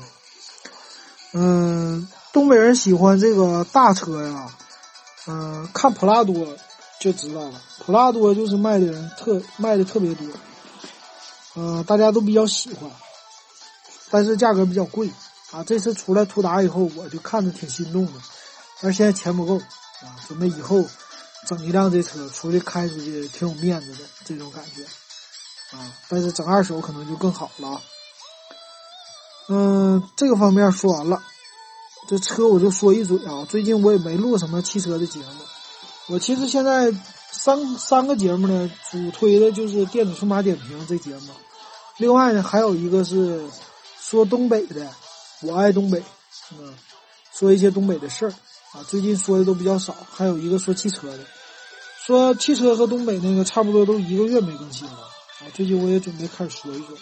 嗯，东北人喜欢这个大车呀，嗯，看普拉多就知道了，普拉多就是卖的人特卖的特别多，嗯，大家都比较喜欢，但是价格比较贵啊。这次出来途达以后，我就看着挺心动的。但是现在钱不够啊，准备以后整一辆这车出去开出去挺有面子的这种感觉啊，但是整二手可能就更好了。 嗯、呃，这个方面说完了，这车我就说一嘴啊。最近我也没录什么汽车的节目，我其实现在三三个节目呢，主推的就是电子数码点评这节目，另外呢还有一个是说东北的，我爱东北，嗯，说一些东北的事儿啊，最近说的都比较少。还有一个说汽车的，说汽车和东北那个差不多都一个月没更新了啊，最近我也准备开始说一说。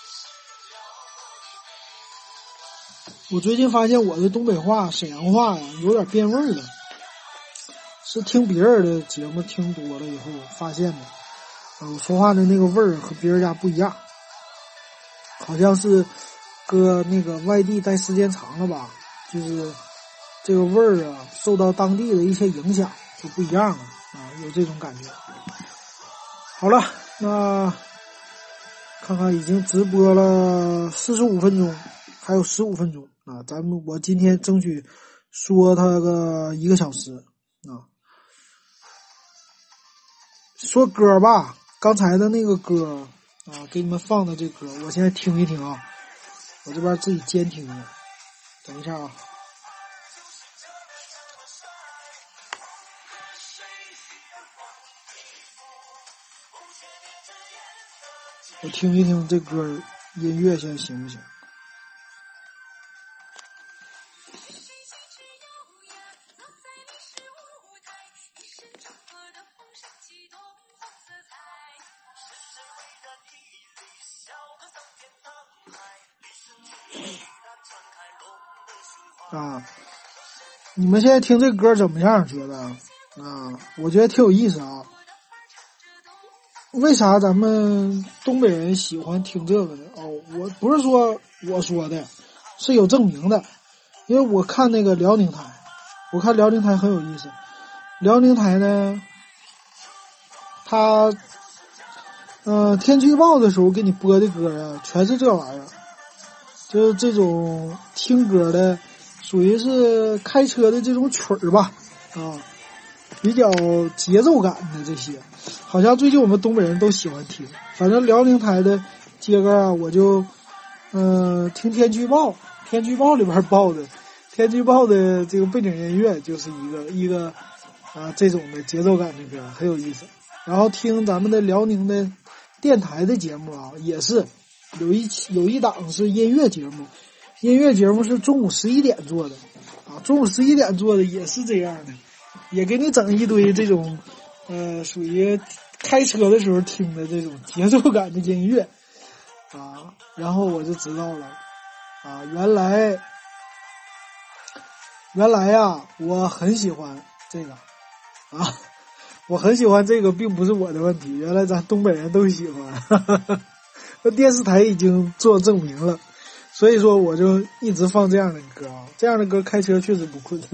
我最近发现我的东北话、沈阳话呀有点变味儿了，是听别人的节目听多了以后发现的。啊，我说话的那个味儿和别人家不一样，好像是搁那个外地待时间长了吧，就是这个味儿啊受到当地的一些影响就不一样了啊，有这种感觉。好了，那看看已经直播了四十五分钟，还有十五分钟啊，咱们我今天争取说它个一个小时啊。说歌吧，刚才的那个歌啊，给你们放的这歌，我现在听一听啊，我这边自己监听的，等一下啊。我听一听这歌音乐现在行不行？啊，你们现在听这歌怎么样？觉得啊，我觉得挺有意思啊。为啥咱们东北人喜欢听这个呢？哦，我不是说我说的，是有证明的。因为我看那个辽宁台，我看辽宁台很有意思。辽宁台呢，它呃天气预报的时候给你播的歌啊，全是这玩意儿，就是这种听歌的，属于是开车的这种曲儿吧，啊，比较节奏感的这些，好像最近我们东北人都喜欢听。反正辽宁台的接歌啊，我就嗯、呃、听天气预报，天气预报里边报的，天气预报的这个背景音乐就是一个一个啊这种的节奏感的歌，很有意思。然后听咱们的辽宁的电台的节目啊，也是有一有一档是音乐节目，音乐节目是中午十一点做的啊，中午十一点做的也是这样的。也给你整一堆这种呃属于开车的时候听的这种节奏感的音乐啊，然后我就知道了啊，原来原来呀我很喜欢这个啊，我很喜欢这个并不是我的问题，原来咱东北人都喜欢。那电视台已经做证明了，所以说我就一直放这样的歌啊，这样的歌开车确实不困。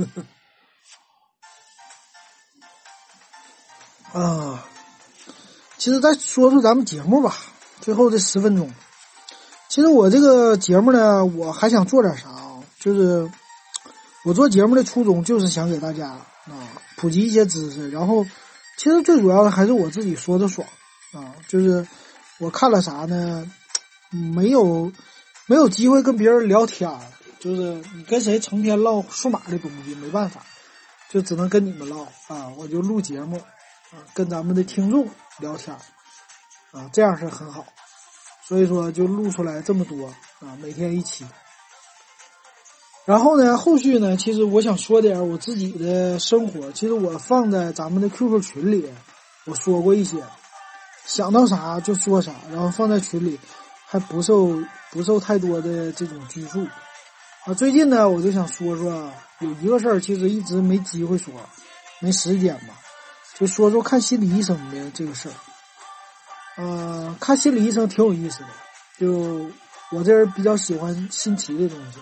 啊，其实再说说咱们节目吧，最后这十分钟。其实我这个节目呢，我还想做点啥啊？就是我做节目的初衷就是想给大家啊普及一些知识，然后其实最主要的还是我自己说的爽啊，就是我看了啥呢？没有没有机会跟别人聊天，就是你跟谁成天唠数码的东西，没办法，就只能跟你们唠啊，我就录节目。啊，跟咱们的听众聊天啊，这样是很好，所以说就录出来这么多啊，每天一期。然后呢，后续呢，其实我想说点我自己的生活，其实我放在咱们的 Q Q 群里，我说过一些，想到啥就说啥，然后放在群里，还不受不受太多的这种拘束啊。最近呢，我就想说说有一个事儿，其实一直没机会说，没时间吧。就说说看心理医生的这个事儿，呃，看心理医生挺有意思的。就我这人比较喜欢新奇的东西。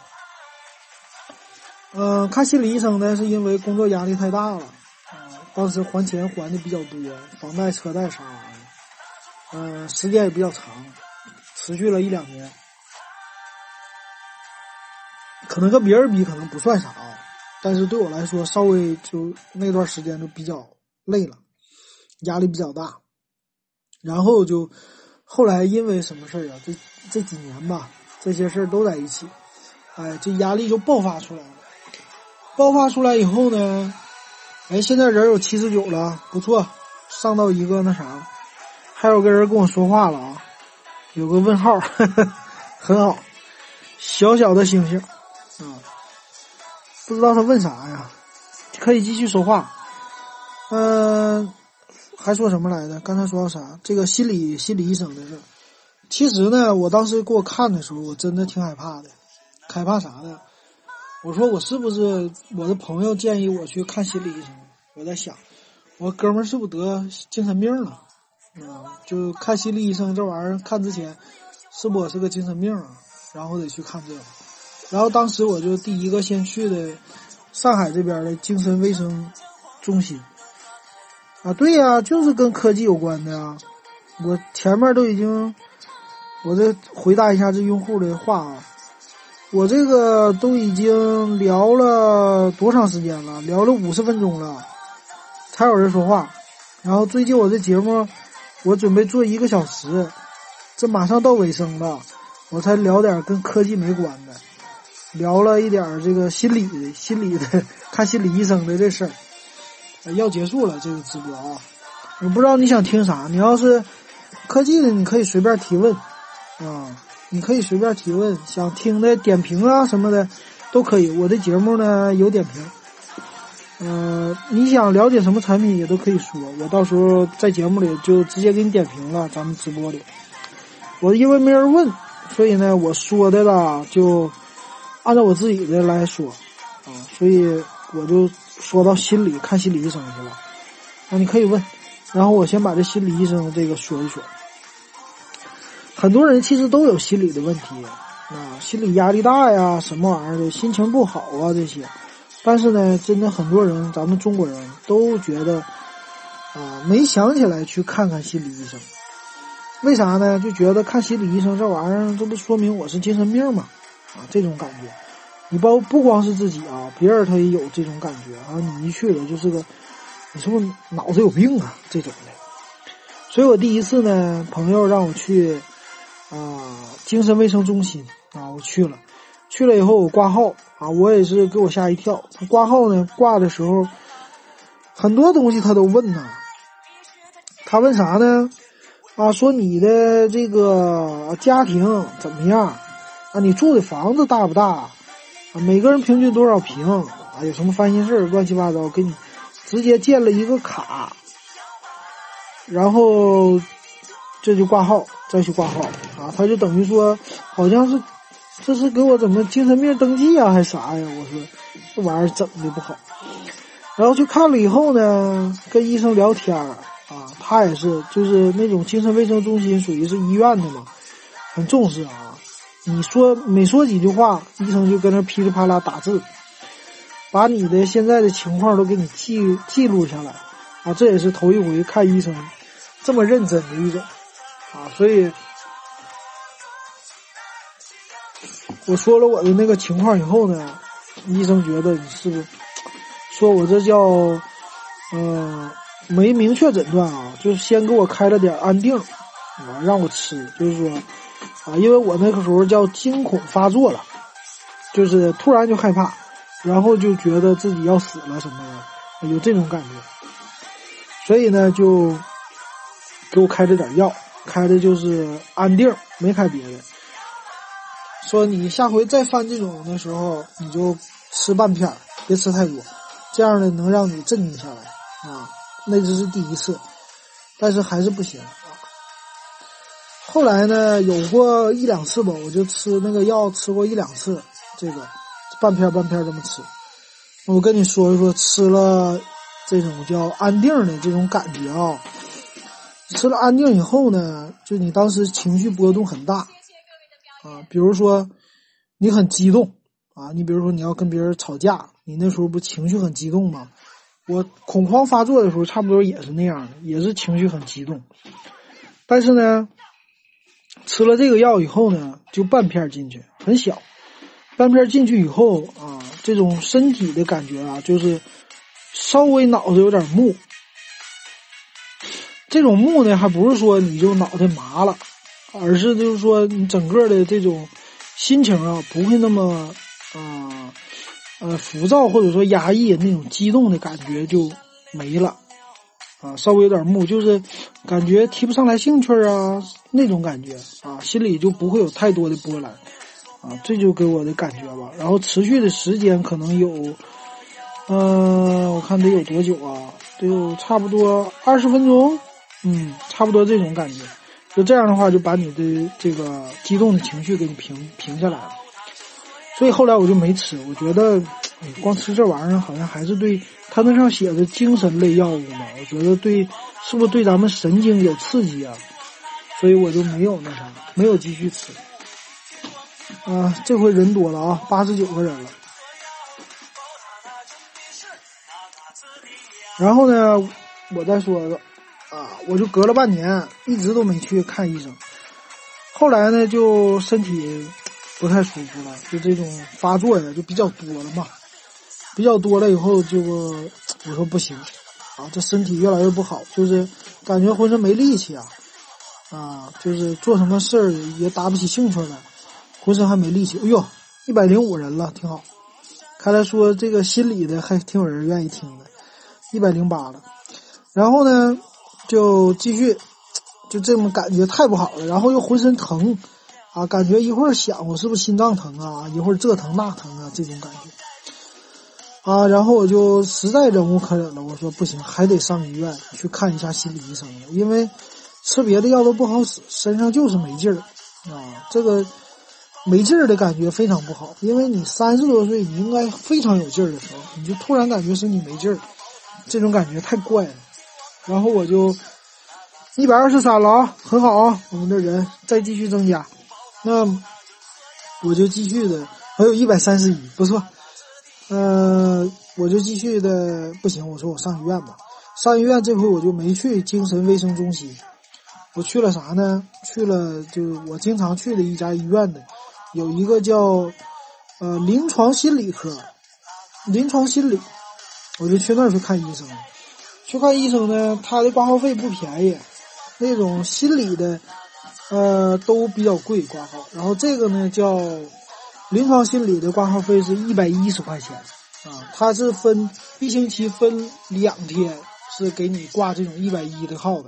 呃，看心理医生呢，是因为工作压力太大了，啊、呃，当时还钱还的比较多，房贷、车贷啥玩意儿，嗯、呃，时间也比较长，持续了一两年，可能跟别人比可能不算啥啊，但是对我来说，稍微就那段时间就比较累了，压力比较大，然后就后来因为什么事儿啊？这这几年吧，这些事儿都在一起哎，这压力就爆发出来了。爆发出来以后呢，哎，现在人有七十九了，不错，上到一个那啥，还有个人跟我说话了啊，有个问号，呵呵，很好，小小的星星啊，不知道他问啥呀，可以继续说话。嗯、呃，还说什么来着？刚才说到啥？这个心理心理医生的事。其实呢，我当时给我看的时候，我真的挺害怕的。害怕啥呢？我说我是不是我的朋友建议我去看心理医生？我在想，我哥们儿是不是得精神病了？啊，就看心理医生这玩意儿，看之前是不是我是个精神病啊？然后得去看这个。然后当时我就第一个先去的上海这边的精神卫生中心。啊，对呀，就是跟科技有关的呀。我前面都已经，我这回答一下这用户的话啊。我这个都已经聊了多长时间了？聊了五十分钟了，才有人说话。然后最近我这节目，我准备做一个小时，这马上到尾声了，我才聊点跟科技没关的，聊了一点这个心理的、心理的看心理医生的这事儿。要结束了这个直播啊！我不知道你想听啥，你要是科技的，你可以随便提问啊。你可以随便提问，想听的点评啊什么的都可以。我的节目呢有点评，呃，你想了解什么产品也都可以说，我到时候在节目里就直接给你点评了。咱们直播里，我因为没人问，所以呢我说的啦就按照我自己的来说啊，所以我就说到心理看心理医生去了。啊，你可以问，然后我先把这心理医生这个说一说。很多人其实都有心理的问题啊，心理压力大呀，什么玩意儿的，心情不好啊这些。但是呢，真的很多人，咱们中国人都觉得啊，没想起来去看看心理医生。为啥呢？就觉得看心理医生这玩意儿，这不说明我是精神病吗？啊，这种感觉。你包不光是自己啊，别人他也有这种感觉啊。你一去了就是个，你是不是脑子有病啊？这种的。所以我第一次呢，朋友让我去。啊，精神卫生中心啊，我去了，去了以后我挂号啊，我也是给我吓一跳。他挂号呢，挂的时候很多东西他都问呐。他问啥呢？啊，说你的这个家庭怎么样？啊，你住的房子大不大？啊，每个人平均多少平？啊，有什么烦心事乱七八糟，给你直接建了一个卡，然后这就挂号，再去挂号。啊，他就等于说，好像是，这是给我怎么精神病登记啊，还是啥呀？我说这玩意儿整的不好。然后去看了以后呢，跟医生聊天啊，他也是，就是那种精神卫生中心属于是医院的嘛，很重视啊。你说每说几句话，医生就跟那噼里啪啦打字，把你的现在的情况都给你记记录下来啊。这也是头一回看医生这么认真的一种啊，所以。我说了我的那个情况以后呢，医生觉得你是不是说我这叫嗯、呃、没明确诊断啊，就是先给我开了点安定啊，让我吃，就是说啊，因为我那个时候叫惊恐发作了，就是突然就害怕，然后就觉得自己要死了什么的，有这种感觉，所以呢就给我开了点药，开的就是安定，没开别的。说你下回再犯这种的时候，你就吃半片，别吃太多，这样呢能让你镇定下来啊。那只是第一次，但是还是不行啊。后来呢，有过一两次吧，我就吃那个药，吃过一两次，这个半片半片这么吃。我跟你说一说，吃了这种叫安定的这种感觉啊。吃了安定以后呢，就你当时情绪波动很大。啊，比如说你很激动啊，你比如说你要跟别人吵架，你那时候不情绪很激动吗？我恐慌发作的时候差不多也是那样的，也是情绪很激动。但是呢，吃了这个药以后呢，就半片进去，很小，半片进去以后啊，这种身体的感觉啊，就是稍微脑子有点木。这种木呢，还不是说你就脑袋麻了。而是就是说你整个的这种心情啊不会那么啊呃, 呃浮躁或者说压抑那种激动的感觉就没了啊，稍微有点木，就是感觉提不上来兴趣啊那种感觉啊，心里就不会有太多的波澜啊，这就给我的感觉吧。然后持续的时间可能有，呃，我看得有多久啊？得有差不多二十分钟，嗯，差不多这种感觉。就这样的话，就把你的这个激动的情绪给你平平下来了。所以后来我就没吃，我觉得，哎，光吃这玩意儿好像还是对它那上写的精神类药物嘛，我觉得对，是不是对咱们神经有刺激啊？所以我就没有那啥，没有继续吃。啊，这回人多了啊，八十九个人了。然后呢，我再说个啊，我就隔了半年，一直都没去看医生。后来呢，就身体不太舒服了，就这种发作呀，就比较多了嘛。比较多了以后就，我说不行啊，这身体越来越不好，就是感觉浑身没力气啊，啊，就是做什么事儿也打不起兴趣来，浑身还没力气。哎呦，一百零五人了，挺好。看来说这个心理的还挺有人愿意听的，一百零八了。然后呢，就继续，就这么感觉太不好了，然后又浑身疼啊，感觉一会儿想我是不是心脏疼啊，一会儿这疼那疼啊，这种感觉。啊，然后我就实在忍无可忍了，我说不行，还得上医院去看一下心理医生了，因为吃别的药都不好使，身上就是没劲儿啊，这个没劲儿的感觉非常不好，因为你三十多岁，你应该非常有劲儿的时候，你就突然感觉身体没劲儿，这种感觉太怪了。然后我就一百二十三了啊，很好啊，我们的人再继续增加，那我就继续的，还有一百三十一，不错。呃，我就继续的不行，我说我上医院吧。上医院这回我就没去精神卫生中心，我去了啥呢？去了就我经常去的一家医院的，有一个叫呃临床心理科，临床心理，我就去那儿去看医生。去看医生呢，他的挂号费不便宜，那种心理的呃都比较贵挂号，然后这个呢叫临床心理的挂号费是一百一十块钱啊，它是分一星期分两天是给你挂这种一百一的号的，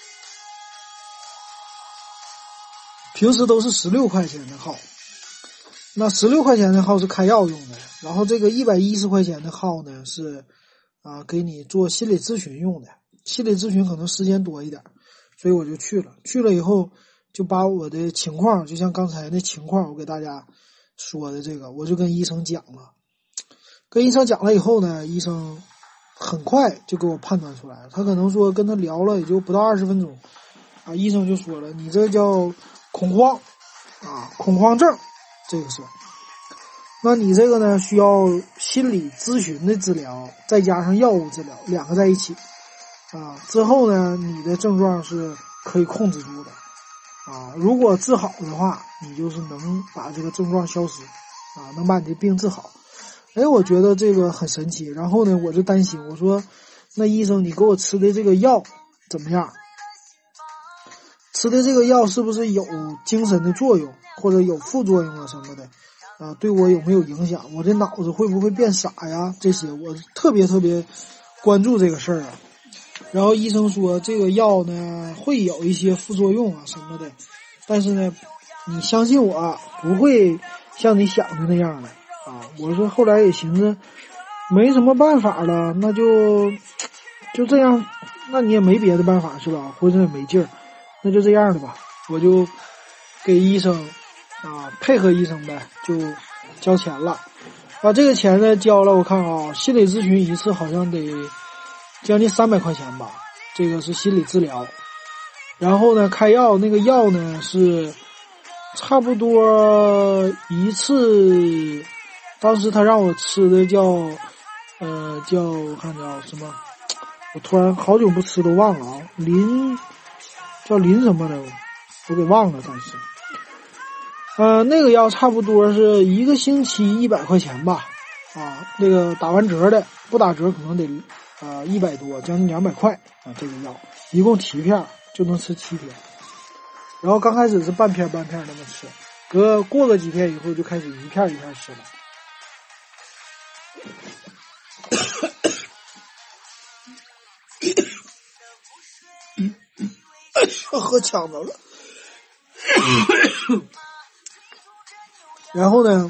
平时都是十六块钱的号。那十六块钱的号是开药用的，然后这个一百一十块钱的号呢是啊给你做心理咨询用的，心理咨询可能时间多一点，所以我就去了。去了以后就把我的情况，就像刚才那情况我给大家说的这个，我就跟医生讲了。跟医生讲了以后呢，医生很快就给我判断出来了，他可能说跟他聊了也就不到二十分钟啊，医生就说了，你这叫恐慌啊，恐慌症，这个是。那你这个呢需要心理咨询的治疗，再加上药物治疗，两个在一起啊，之后呢你的症状是可以控制住的啊，如果治好的话，你就是能把这个症状消失啊，能把你的病治好。哎，我觉得这个很神奇。然后呢，我就担心，我说那医生你给我吃的这个药怎么样？吃的这个药是不是有精神的作用，或者有副作用啊什么的啊？对我有没有影响？我这脑子会不会变傻呀？这些我特别特别关注这个事儿啊。然后医生说这个药呢会有一些副作用啊什么的，但是呢你相信我，不会像你想的那样的啊。我说后来也寻思没什么办法了，那就就这样，那你也没别的办法是吧，浑身也没劲儿，那就这样的吧。我就给医生啊配合医生呗，就交钱了啊。这个钱呢交了，我看啊心理咨询一次好像得将近三百块钱吧，这个是心理治疗。然后呢开药，那个药呢是差不多一次，当时他让我吃的叫呃叫我看叫什么，我突然好久不吃都忘了啊，林叫林什么的我给忘了，但是呃那个药差不多是一个星期一百块钱吧啊，那个打完折的，不打折可能得呃一百多，将近两百块啊，这个药一共七片就能吃七天。然后刚开始是半片半片那么吃，隔过个几天以后就开始一片一片吃了喝呛着了。然后呢，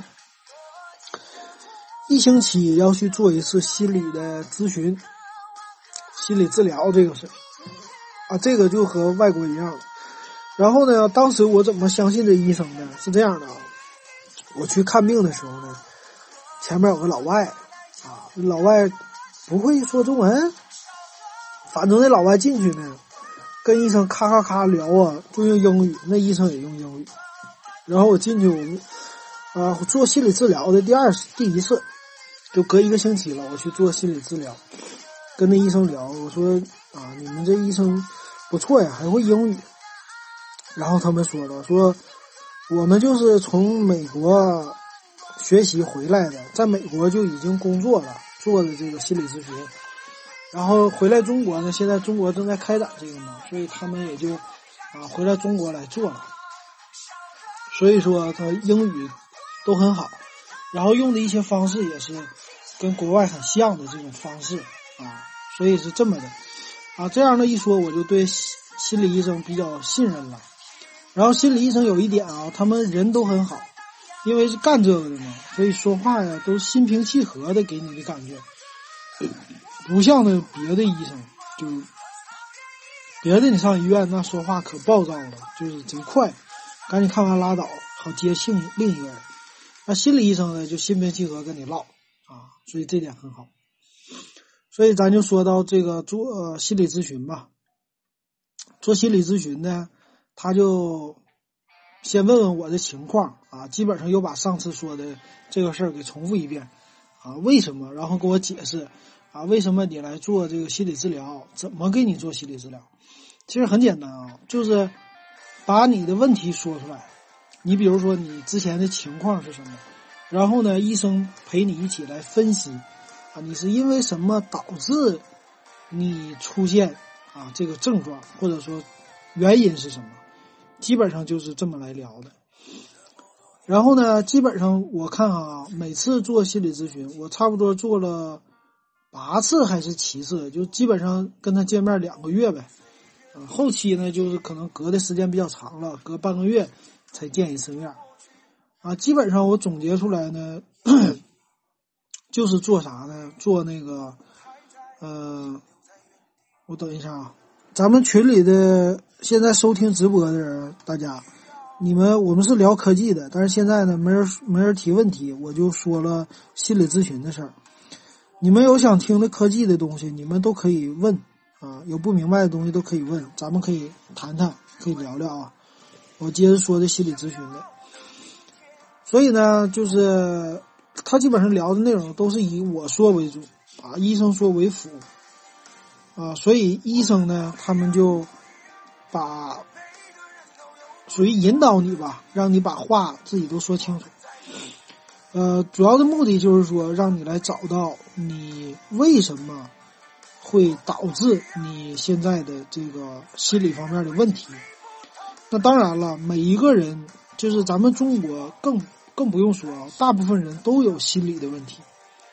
一星期要去做一次心理的咨询，心理治疗，这个是啊，这个就和外国一样了。然后呢，当时我怎么相信这医生呢？是这样的啊，我去看病的时候呢，前面有个老外啊，老外不会说中文，反正那老外进去呢，跟医生咔咔咔聊啊，就用英语，那医生也用英语。然后我进去，我们啊做心理治疗的第二第一次，就隔一个星期了，我去做心理治疗，跟那医生聊，我说啊，你们这医生不错呀，还会英语。然后他们说了，说我们就是从美国学习回来的，在美国就已经工作了，做的这个心理咨询，然后回来中国呢，现在中国正在开展这个嘛，所以他们也就啊回来中国来做了。所以说他英语都很好，然后用的一些方式也是跟国外很像的这种方式啊，所以是这么的啊。这样的一说，我就对心理医生比较信任了。然后心理医生有一点啊，他们人都很好，因为是干这个的嘛，所以说话呀都心平气和的，给你的感觉不像那别的医生，就别的你上医院那说话可暴躁了，就是贼快，赶紧看完拉倒，好接性另一个人。那心理医生呢，就心平气和跟你唠啊，所以这点很好。所以咱就说到这个做、呃、心理咨询吧。做心理咨询呢，他就先问问我的情况啊，基本上又把上次说的这个事儿给重复一遍啊，为什么，然后给我解释啊，为什么你来做这个心理治疗，怎么给你做心理治疗。其实很简单啊，就是把你的问题说出来。你比如说你之前的情况是什么，然后呢，医生陪你一起来分析啊，你是因为什么导致你出现啊这个症状，或者说原因是什么，基本上就是这么来聊的。然后呢，基本上我看啊，每次做心理咨询，我差不多做了八次还是七次，就基本上跟他见面两个月呗。啊，后期呢，就是可能隔的时间比较长了，隔半个月才见一次面。啊，基本上我总结出来呢，就是做啥呢？做那个，呃，我等一下啊，咱们群里的现在收听直播的人，大家。你们我们是聊科技的，但是现在呢没人没人提问题，我就说了心理咨询的事儿。你们有想听的科技的东西，你们都可以问啊，有不明白的东西都可以问，咱们可以谈谈，可以聊聊啊。我接着说的心理咨询的，所以呢，就是他基本上聊的内容都是以我说为主啊，医生说为辅啊，所以医生呢，他们就把属于引导你吧，让你把话自己都说清楚。呃，主要的目的就是说，让你来找到你为什么会导致你现在的这个心理方面的问题。那当然了，每一个人，就是咱们中国更更不用说啊，大部分人都有心理的问题。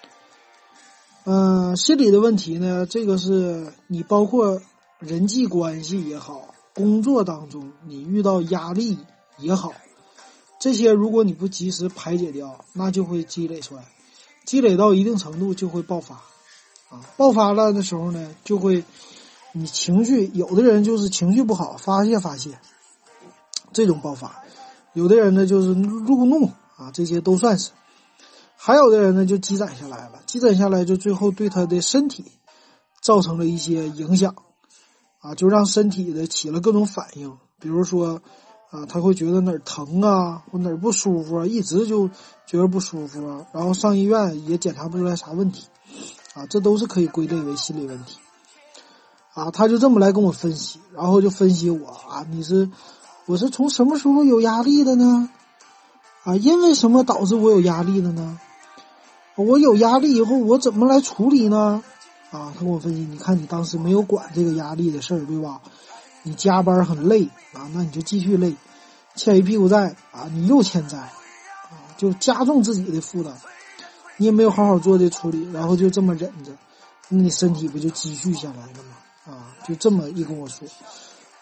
呃，心理的问题呢，这个是你包括人际关系也好，工作当中你遇到压力也好，这些如果你不及时排解掉，那就会积累出来，积累到一定程度就会爆发啊！爆发了的时候呢，就会你情绪，有的人就是情绪不好，发泄发泄，这种爆发；有的人呢就是路怒啊，这些都算是；还有的人呢就积攒下来了，积攒下来就最后对他的身体造成了一些影响。啊，就让身体的起了各种反应，比如说，啊，他会觉得哪儿疼啊，或哪儿不舒服啊，一直就觉得不舒服啊，然后上医院也检查不出来啥问题，啊，这都是可以归类为心理问题。啊，他就这么来跟我分析，然后就分析我啊，你是，我是从什么时候有压力的呢？啊，因为什么导致我有压力的呢？我有压力以后，我怎么来处理呢？啊，他跟我分析，你看你当时没有管这个压力的事儿，对吧？你加班很累啊，那你就继续累，欠一屁股债啊，你又欠债啊，就加重自己的负担。你也没有好好做的处理，然后就这么忍着，那你身体不就积蓄下来了吗？啊，就这么一跟我说，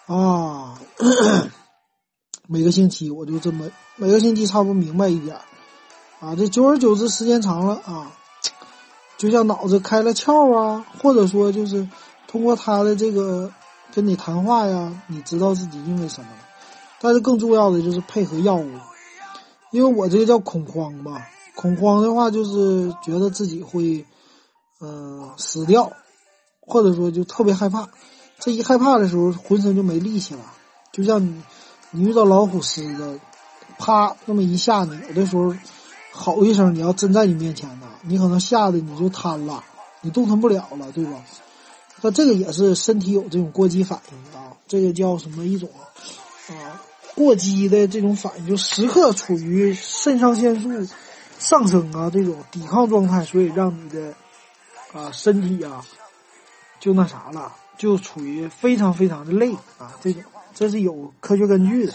啊，每个星期我就这么每个星期差不多明白一点啊，这久而久之时间长了啊，就像脑子开了窍啊，或者说就是通过他的这个跟你谈话呀，你知道自己因为什么了。但是更重要的就是配合药物，因为我这个叫恐慌嘛，恐慌的话就是觉得自己会嗯、呃、死掉，或者说就特别害怕，这一害怕的时候浑身就没力气了，就像你你遇到老虎狮子啪那么一下你，有的时候吼一声，你要真在你面前呢，你可能吓得你就瘫了，你动弹不了了，对吧？那这个也是身体有这种过激反应啊，这个叫什么一种啊过激的这种反应，就时刻处于肾上腺素上升啊这种抵抗状态，所以让你的啊身体啊就那啥了，就处于非常非常的累啊，这种这是有科学根据的，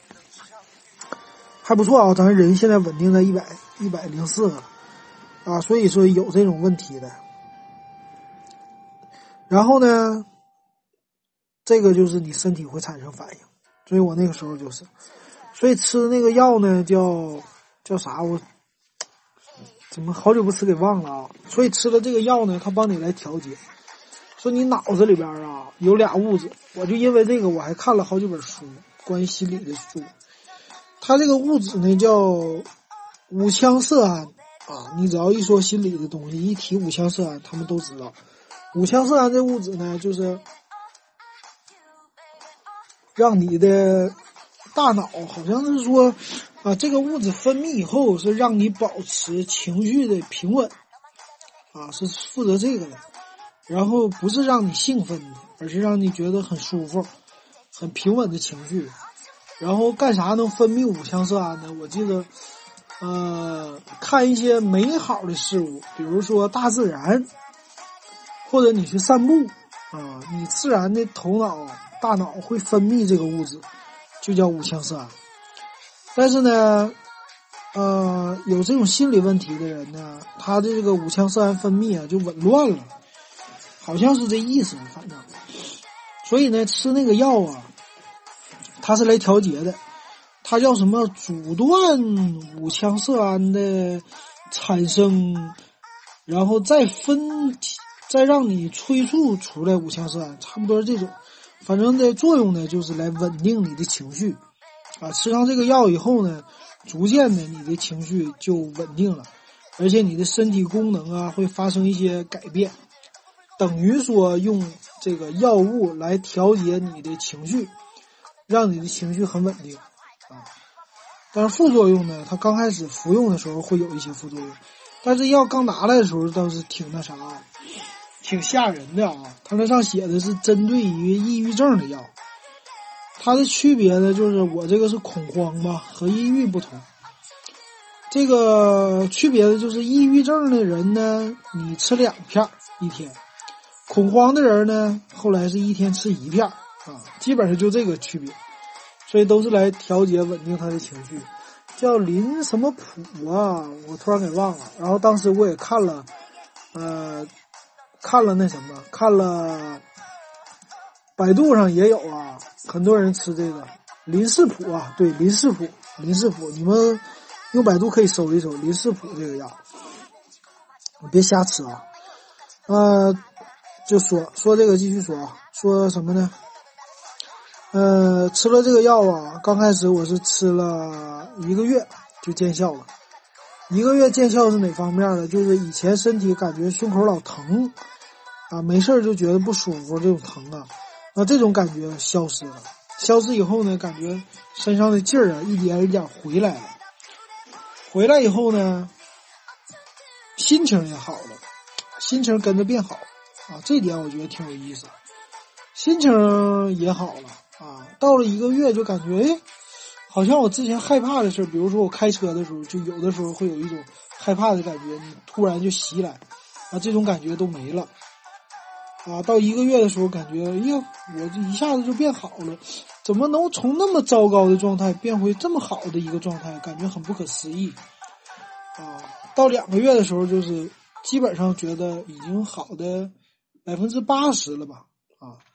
还不错啊，咱人现在稳定在一百一百零四个啊，所以说有这种问题的。然后呢，这个就是你身体会产生反应，所以我那个时候就是，所以吃那个药呢叫叫啥我怎么好久不吃给忘了啊？所以吃了这个药呢，它帮你来调节。说你脑子里边啊有俩物质，我就因为这个我还看了好几本书，关于心理的书。它这个物质呢叫五羟色胺啊，你只要一说心理的东西，一提五羟色胺，他们都知道。五羟色胺这物质呢，就是让你的大脑好像是说啊，这个物质分泌以后是让你保持情绪的平稳啊，是负责这个的。然后不是让你兴奋的，而是让你觉得很舒服、很平稳的情绪。然后干啥能分泌五羟色胺呢？我记得，呃，看一些美好的事物，比如说大自然，或者你去散步啊，你自然的头脑、大脑会分泌这个物质，就叫五羟色胺。但是呢，呃，有这种心理问题的人呢，他的这个五羟色胺分泌啊就紊乱了。好像是这意思，反正，所以呢，吃那个药啊，它是来调节的，它叫什么阻断五羟色胺的产生，然后再分，再让你催促出来五羟色胺，差不多是这种。反正的作用呢，就是来稳定你的情绪，啊，吃上这个药以后呢，逐渐的你的情绪就稳定了，而且你的身体功能啊会发生一些改变。等于说用这个药物来调节你的情绪，让你的情绪很稳定啊。但是副作用呢，它刚开始服用的时候会有一些副作用，但是药刚拿来的时候倒是挺那啥，挺吓人的啊。它那上写的是针对于抑郁症的药，它的区别呢就是我这个是恐慌嘛，和抑郁不同。这个区别的就是抑郁症的人呢，你吃两片一天。恐慌的人呢，后来是一天吃一片啊，基本上就这个区别，所以都是来调节稳定他的情绪。叫林什么普啊，我突然给忘了。然后当时我也看了，呃，看了那什么，看了百度上也有啊，很多人吃这个林氏普啊，对，林氏普，林氏普，你们用百度可以搜一搜林氏普这个药，你别瞎吃啊，呃。就说说这个继续说啊，说什么呢？呃，吃了这个药啊，刚开始我是吃了一个月就见效了。一个月见效是哪方面呢？就是以前身体感觉胸口老疼啊，没事就觉得不舒服，这种疼啊，那这种感觉消失了。消失以后呢，感觉身上的劲儿啊一点一点回来了。回来以后呢，心情也好了，心情跟着变好。啊，这点我觉得挺有意思，心情也好了啊。到了一个月就感觉，哎，好像我之前害怕的事，比如说我开车的时候，就有的时候会有一种害怕的感觉，你突然就袭来，啊，这种感觉都没了。啊，到一个月的时候，感觉，哎呀，我这一下子就变好了，怎么能从那么糟糕的状态变回这么好的一个状态？感觉很不可思议。啊，到两个月的时候，就是基本上觉得已经好的。百分之八十了吧，啊，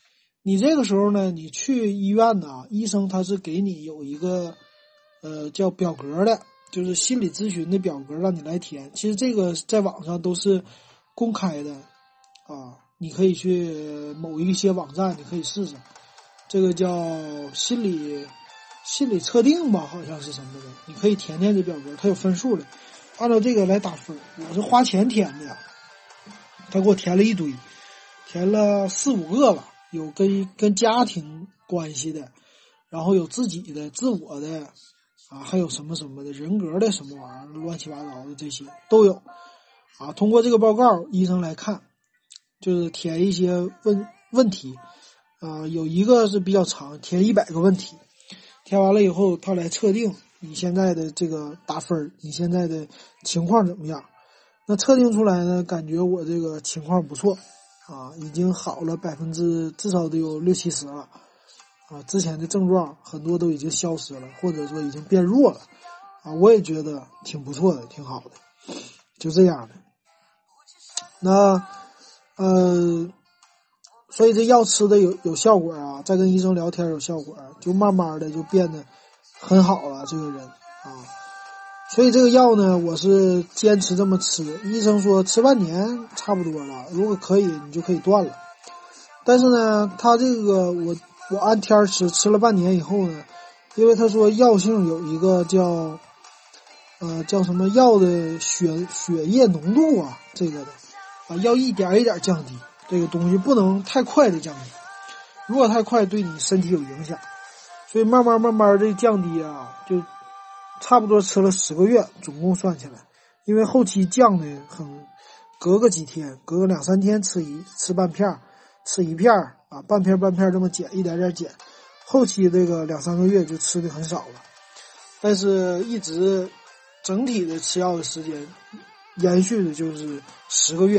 你这个时候呢，你去医院呢，医生他是给你有一个呃叫表格的，就是心理咨询的表格让你来填。其实这个在网上都是公开的啊，你可以去某一些网站，你可以试试。这个叫心理心理测定吧，好像是什么的，你可以填填这表格，它有分数的，按照这个来打分。我是花钱填的呀，他给我填了一堆，填了四五个吧，有跟跟家庭关系的，然后有自己的自我的啊，还有什么什么的人格的什么玩意儿，乱七八糟的这些都有啊。通过这个报告，医生来看，就是填一些问问题啊，有一个是比较长，填一百个问题，填完了以后，他来测定你现在的这个打分，你现在的情况怎么样？那测定出来呢，感觉我这个情况不错啊，已经好了百分之至少得有六七十了啊，之前的症状很多都已经消失了，或者说已经变弱了啊，我也觉得挺不错的，挺好的，就这样的。那呃。所以这药吃的有有效果啊，再跟医生聊天有效果，就慢慢的就变得很好了，这个人啊。所以这个药呢，我是坚持这么吃，医生说吃半年差不多了，如果可以你就可以断了。但是呢，他这个我我按天吃，吃了半年以后呢，因为他说药性有一个叫呃叫什么药的血血液浓度啊，这个的啊要一点一点降低。这个东西不能太快的降低，如果太快对你身体有影响，所以慢慢慢慢的降低啊，就差不多吃了十个月，总共算起来，因为后期降的很，隔个几天，隔个两三天吃一吃半片，吃一片啊，半片半片这么减，一点点减，后期这个两三个月就吃的很少了，但是一直整体的吃药的时间延续的就是十个月。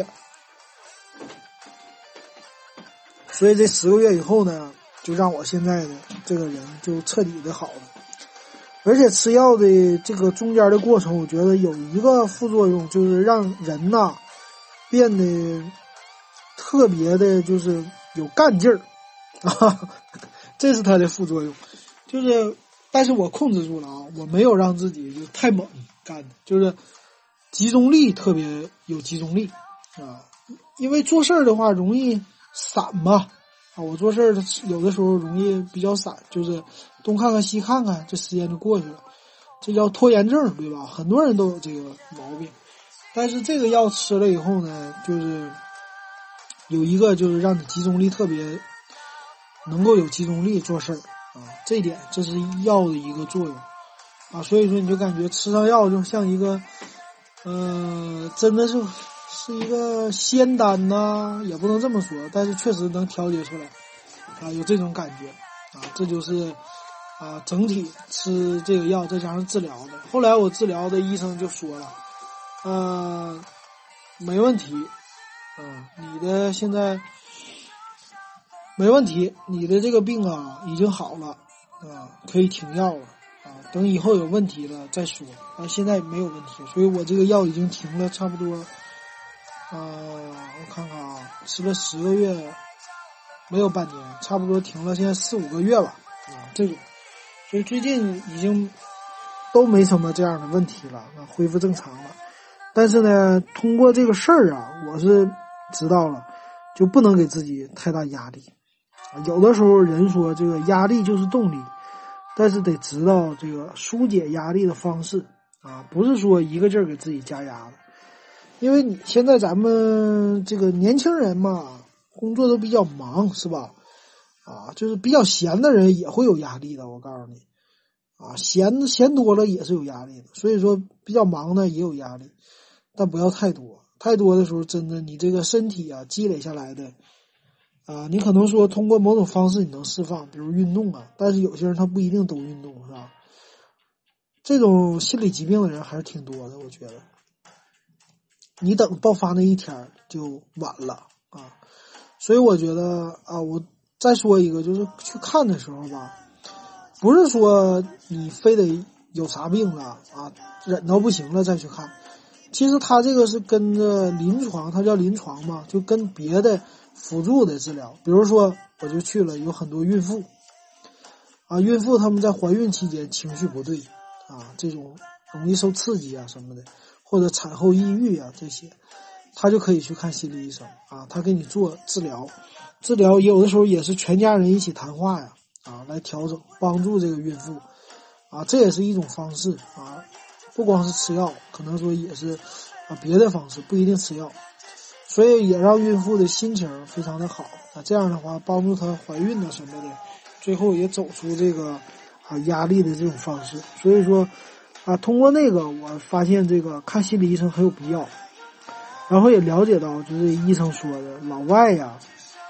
所以这十个月以后呢，就让我现在的这个人就彻底的好了。而且吃药的这个中间的过程，我觉得有一个副作用，就是让人呐变得特别的，就是有干劲儿啊，这是它的副作用。就是，但是我控制住了啊，我没有让自己就太猛干的，就是集中力特别有集中力啊，因为做事儿的话容易散嘛，啊，我做事儿有的时候容易比较散，就是东看看西看看，这时间就过去了，这叫拖延症，对吧？很多人都有这个毛病，但是这个药吃了以后呢，就是有一个就是让你集中力特别能够有集中力做事儿啊，这一点这是药的一个作用啊，所以说你就感觉吃上药就像一个，呃，真的是。是一个仙丹呐、啊，也不能这么说，但是确实能调节出来，啊，有这种感觉，啊，这就是啊整体吃这个药再加上治疗的。后来我治疗的医生就说了，呃，没问题，啊，你的现在没问题，你的这个病啊已经好了，啊，可以停药了，啊，等以后有问题了再说，啊，现在没有问题，所以我这个药已经停了差不多。呃，我看看啊，吃了十个月，没有半年，差不多停了，现在四五个月吧，啊，这种，所以最近已经都没什么这样的问题了，啊，恢复正常了。但是呢，通过这个事儿啊，我是知道了，就不能给自己太大压力。啊，有的时候人说这个压力就是动力，但是得知道这个疏解压力的方式啊，不是说一个劲儿给自己加压的。因为你现在咱们这个年轻人嘛，工作都比较忙，是吧？啊，就是比较闲的人也会有压力的，我告诉你，啊，闲闲多了也是有压力的。所以说，比较忙的也有压力，但不要太多。太多的时候，真的你这个身体啊积累下来的，啊，你可能说通过某种方式你能释放，比如运动啊，但是有些人他不一定都运动，是吧？这种心理疾病的人还是挺多的，我觉得。你等爆发那一天就晚了啊，所以我觉得啊，我再说一个，就是去看的时候吧，不是说你非得有啥病了啊，忍到不行了再去看。其实他这个是跟着临床，它叫临床嘛，就跟别的辅助的治疗，比如说我就去了，有很多孕妇啊，孕妇她们在怀孕期间情绪不对啊，这种容易受刺激啊什么的，或者产后抑郁啊这些，他就可以去看心理医生啊，他给你做治疗，治疗有的时候也是全家人一起谈话呀，啊，来调整帮助这个孕妇啊，这也是一种方式啊，不光是吃药，可能说也是啊别的方式，不一定吃药，所以也让孕妇的心情非常的好啊，这样的话帮助她怀孕啊什么的，最后也走出这个啊压力的这种方式。所以说啊，通过那个我发现这个看心理医生很有必要，然后也了解到就是医生说的老外呀，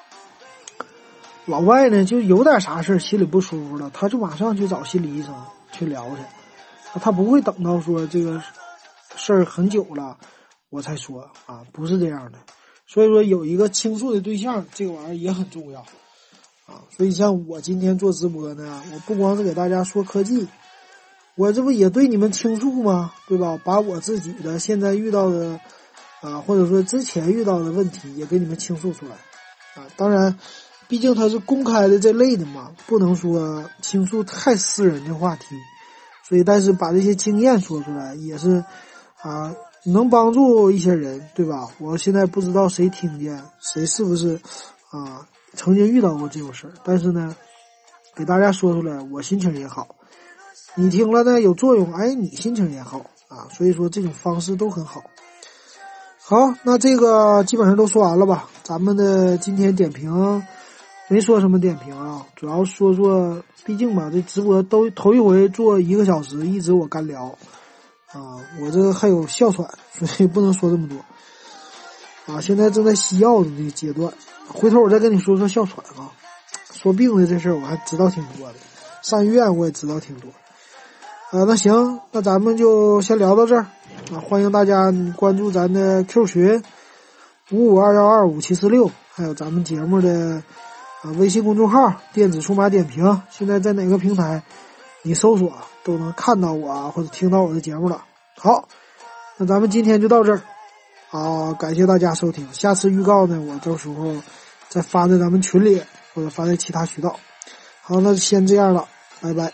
老外呢就有点啥事心里不舒服了，他就马上去找心理医生去聊去，他不会等到说这个事儿很久了我才说啊，不是这样的。所以说有一个倾诉的对象，这个玩意儿也很重要啊。所以像我今天做直播呢，我不光是给大家说科技，我这不也对你们倾诉吗？对吧？把我自己的现在遇到的啊，或者说之前遇到的问题也给你们倾诉出来啊。当然毕竟它是公开的这类的嘛，不能说倾诉太私人的话题，所以但是把这些经验说出来也是啊，能帮助一些人，对吧？我现在不知道谁听见，谁是不是啊曾经遇到过这种事儿，但是呢给大家说出来，我心情也好，你听了呢有作用，哎，你心情也好啊，所以说这种方式都很好。好，那这个基本上都说完了吧，咱们的今天点评没说什么点评啊，主要说说，毕竟吧，这直播都头一回做一个小时，一直我干聊啊，我这个还有哮喘，所以不能说这么多啊。现在正在吸药的这个阶段，回头我再跟你说说哮喘啊。说病的这事儿我还知道挺多的，上医院我也知道挺多啊。那行，那咱们就先聊到这儿啊，欢迎大家关注咱的 Q 群五五二幺二五七四六，还有咱们节目的啊，微信公众号电子数码点评，现在在哪个平台你搜索都能看到我啊，或者听到我的节目了。好，那咱们今天就到这儿啊，感谢大家收听，下次预告呢我到时候再发在咱们群里或者发在其他渠道。好，那先这样了，拜拜，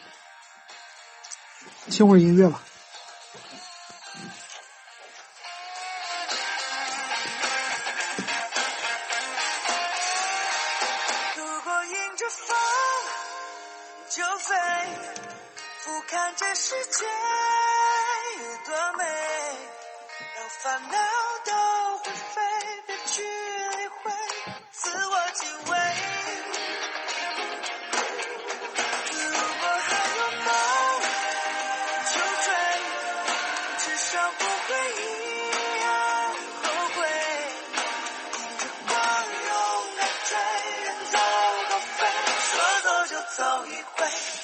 听会儿音乐吧。 就飞，俯瞰这世界多美，让烦恼都会飞，别去理会，自我敬畏。如果还有梦就追，至少不会一样后悔，迎着光荣来追，人走高飞，说走就走一回。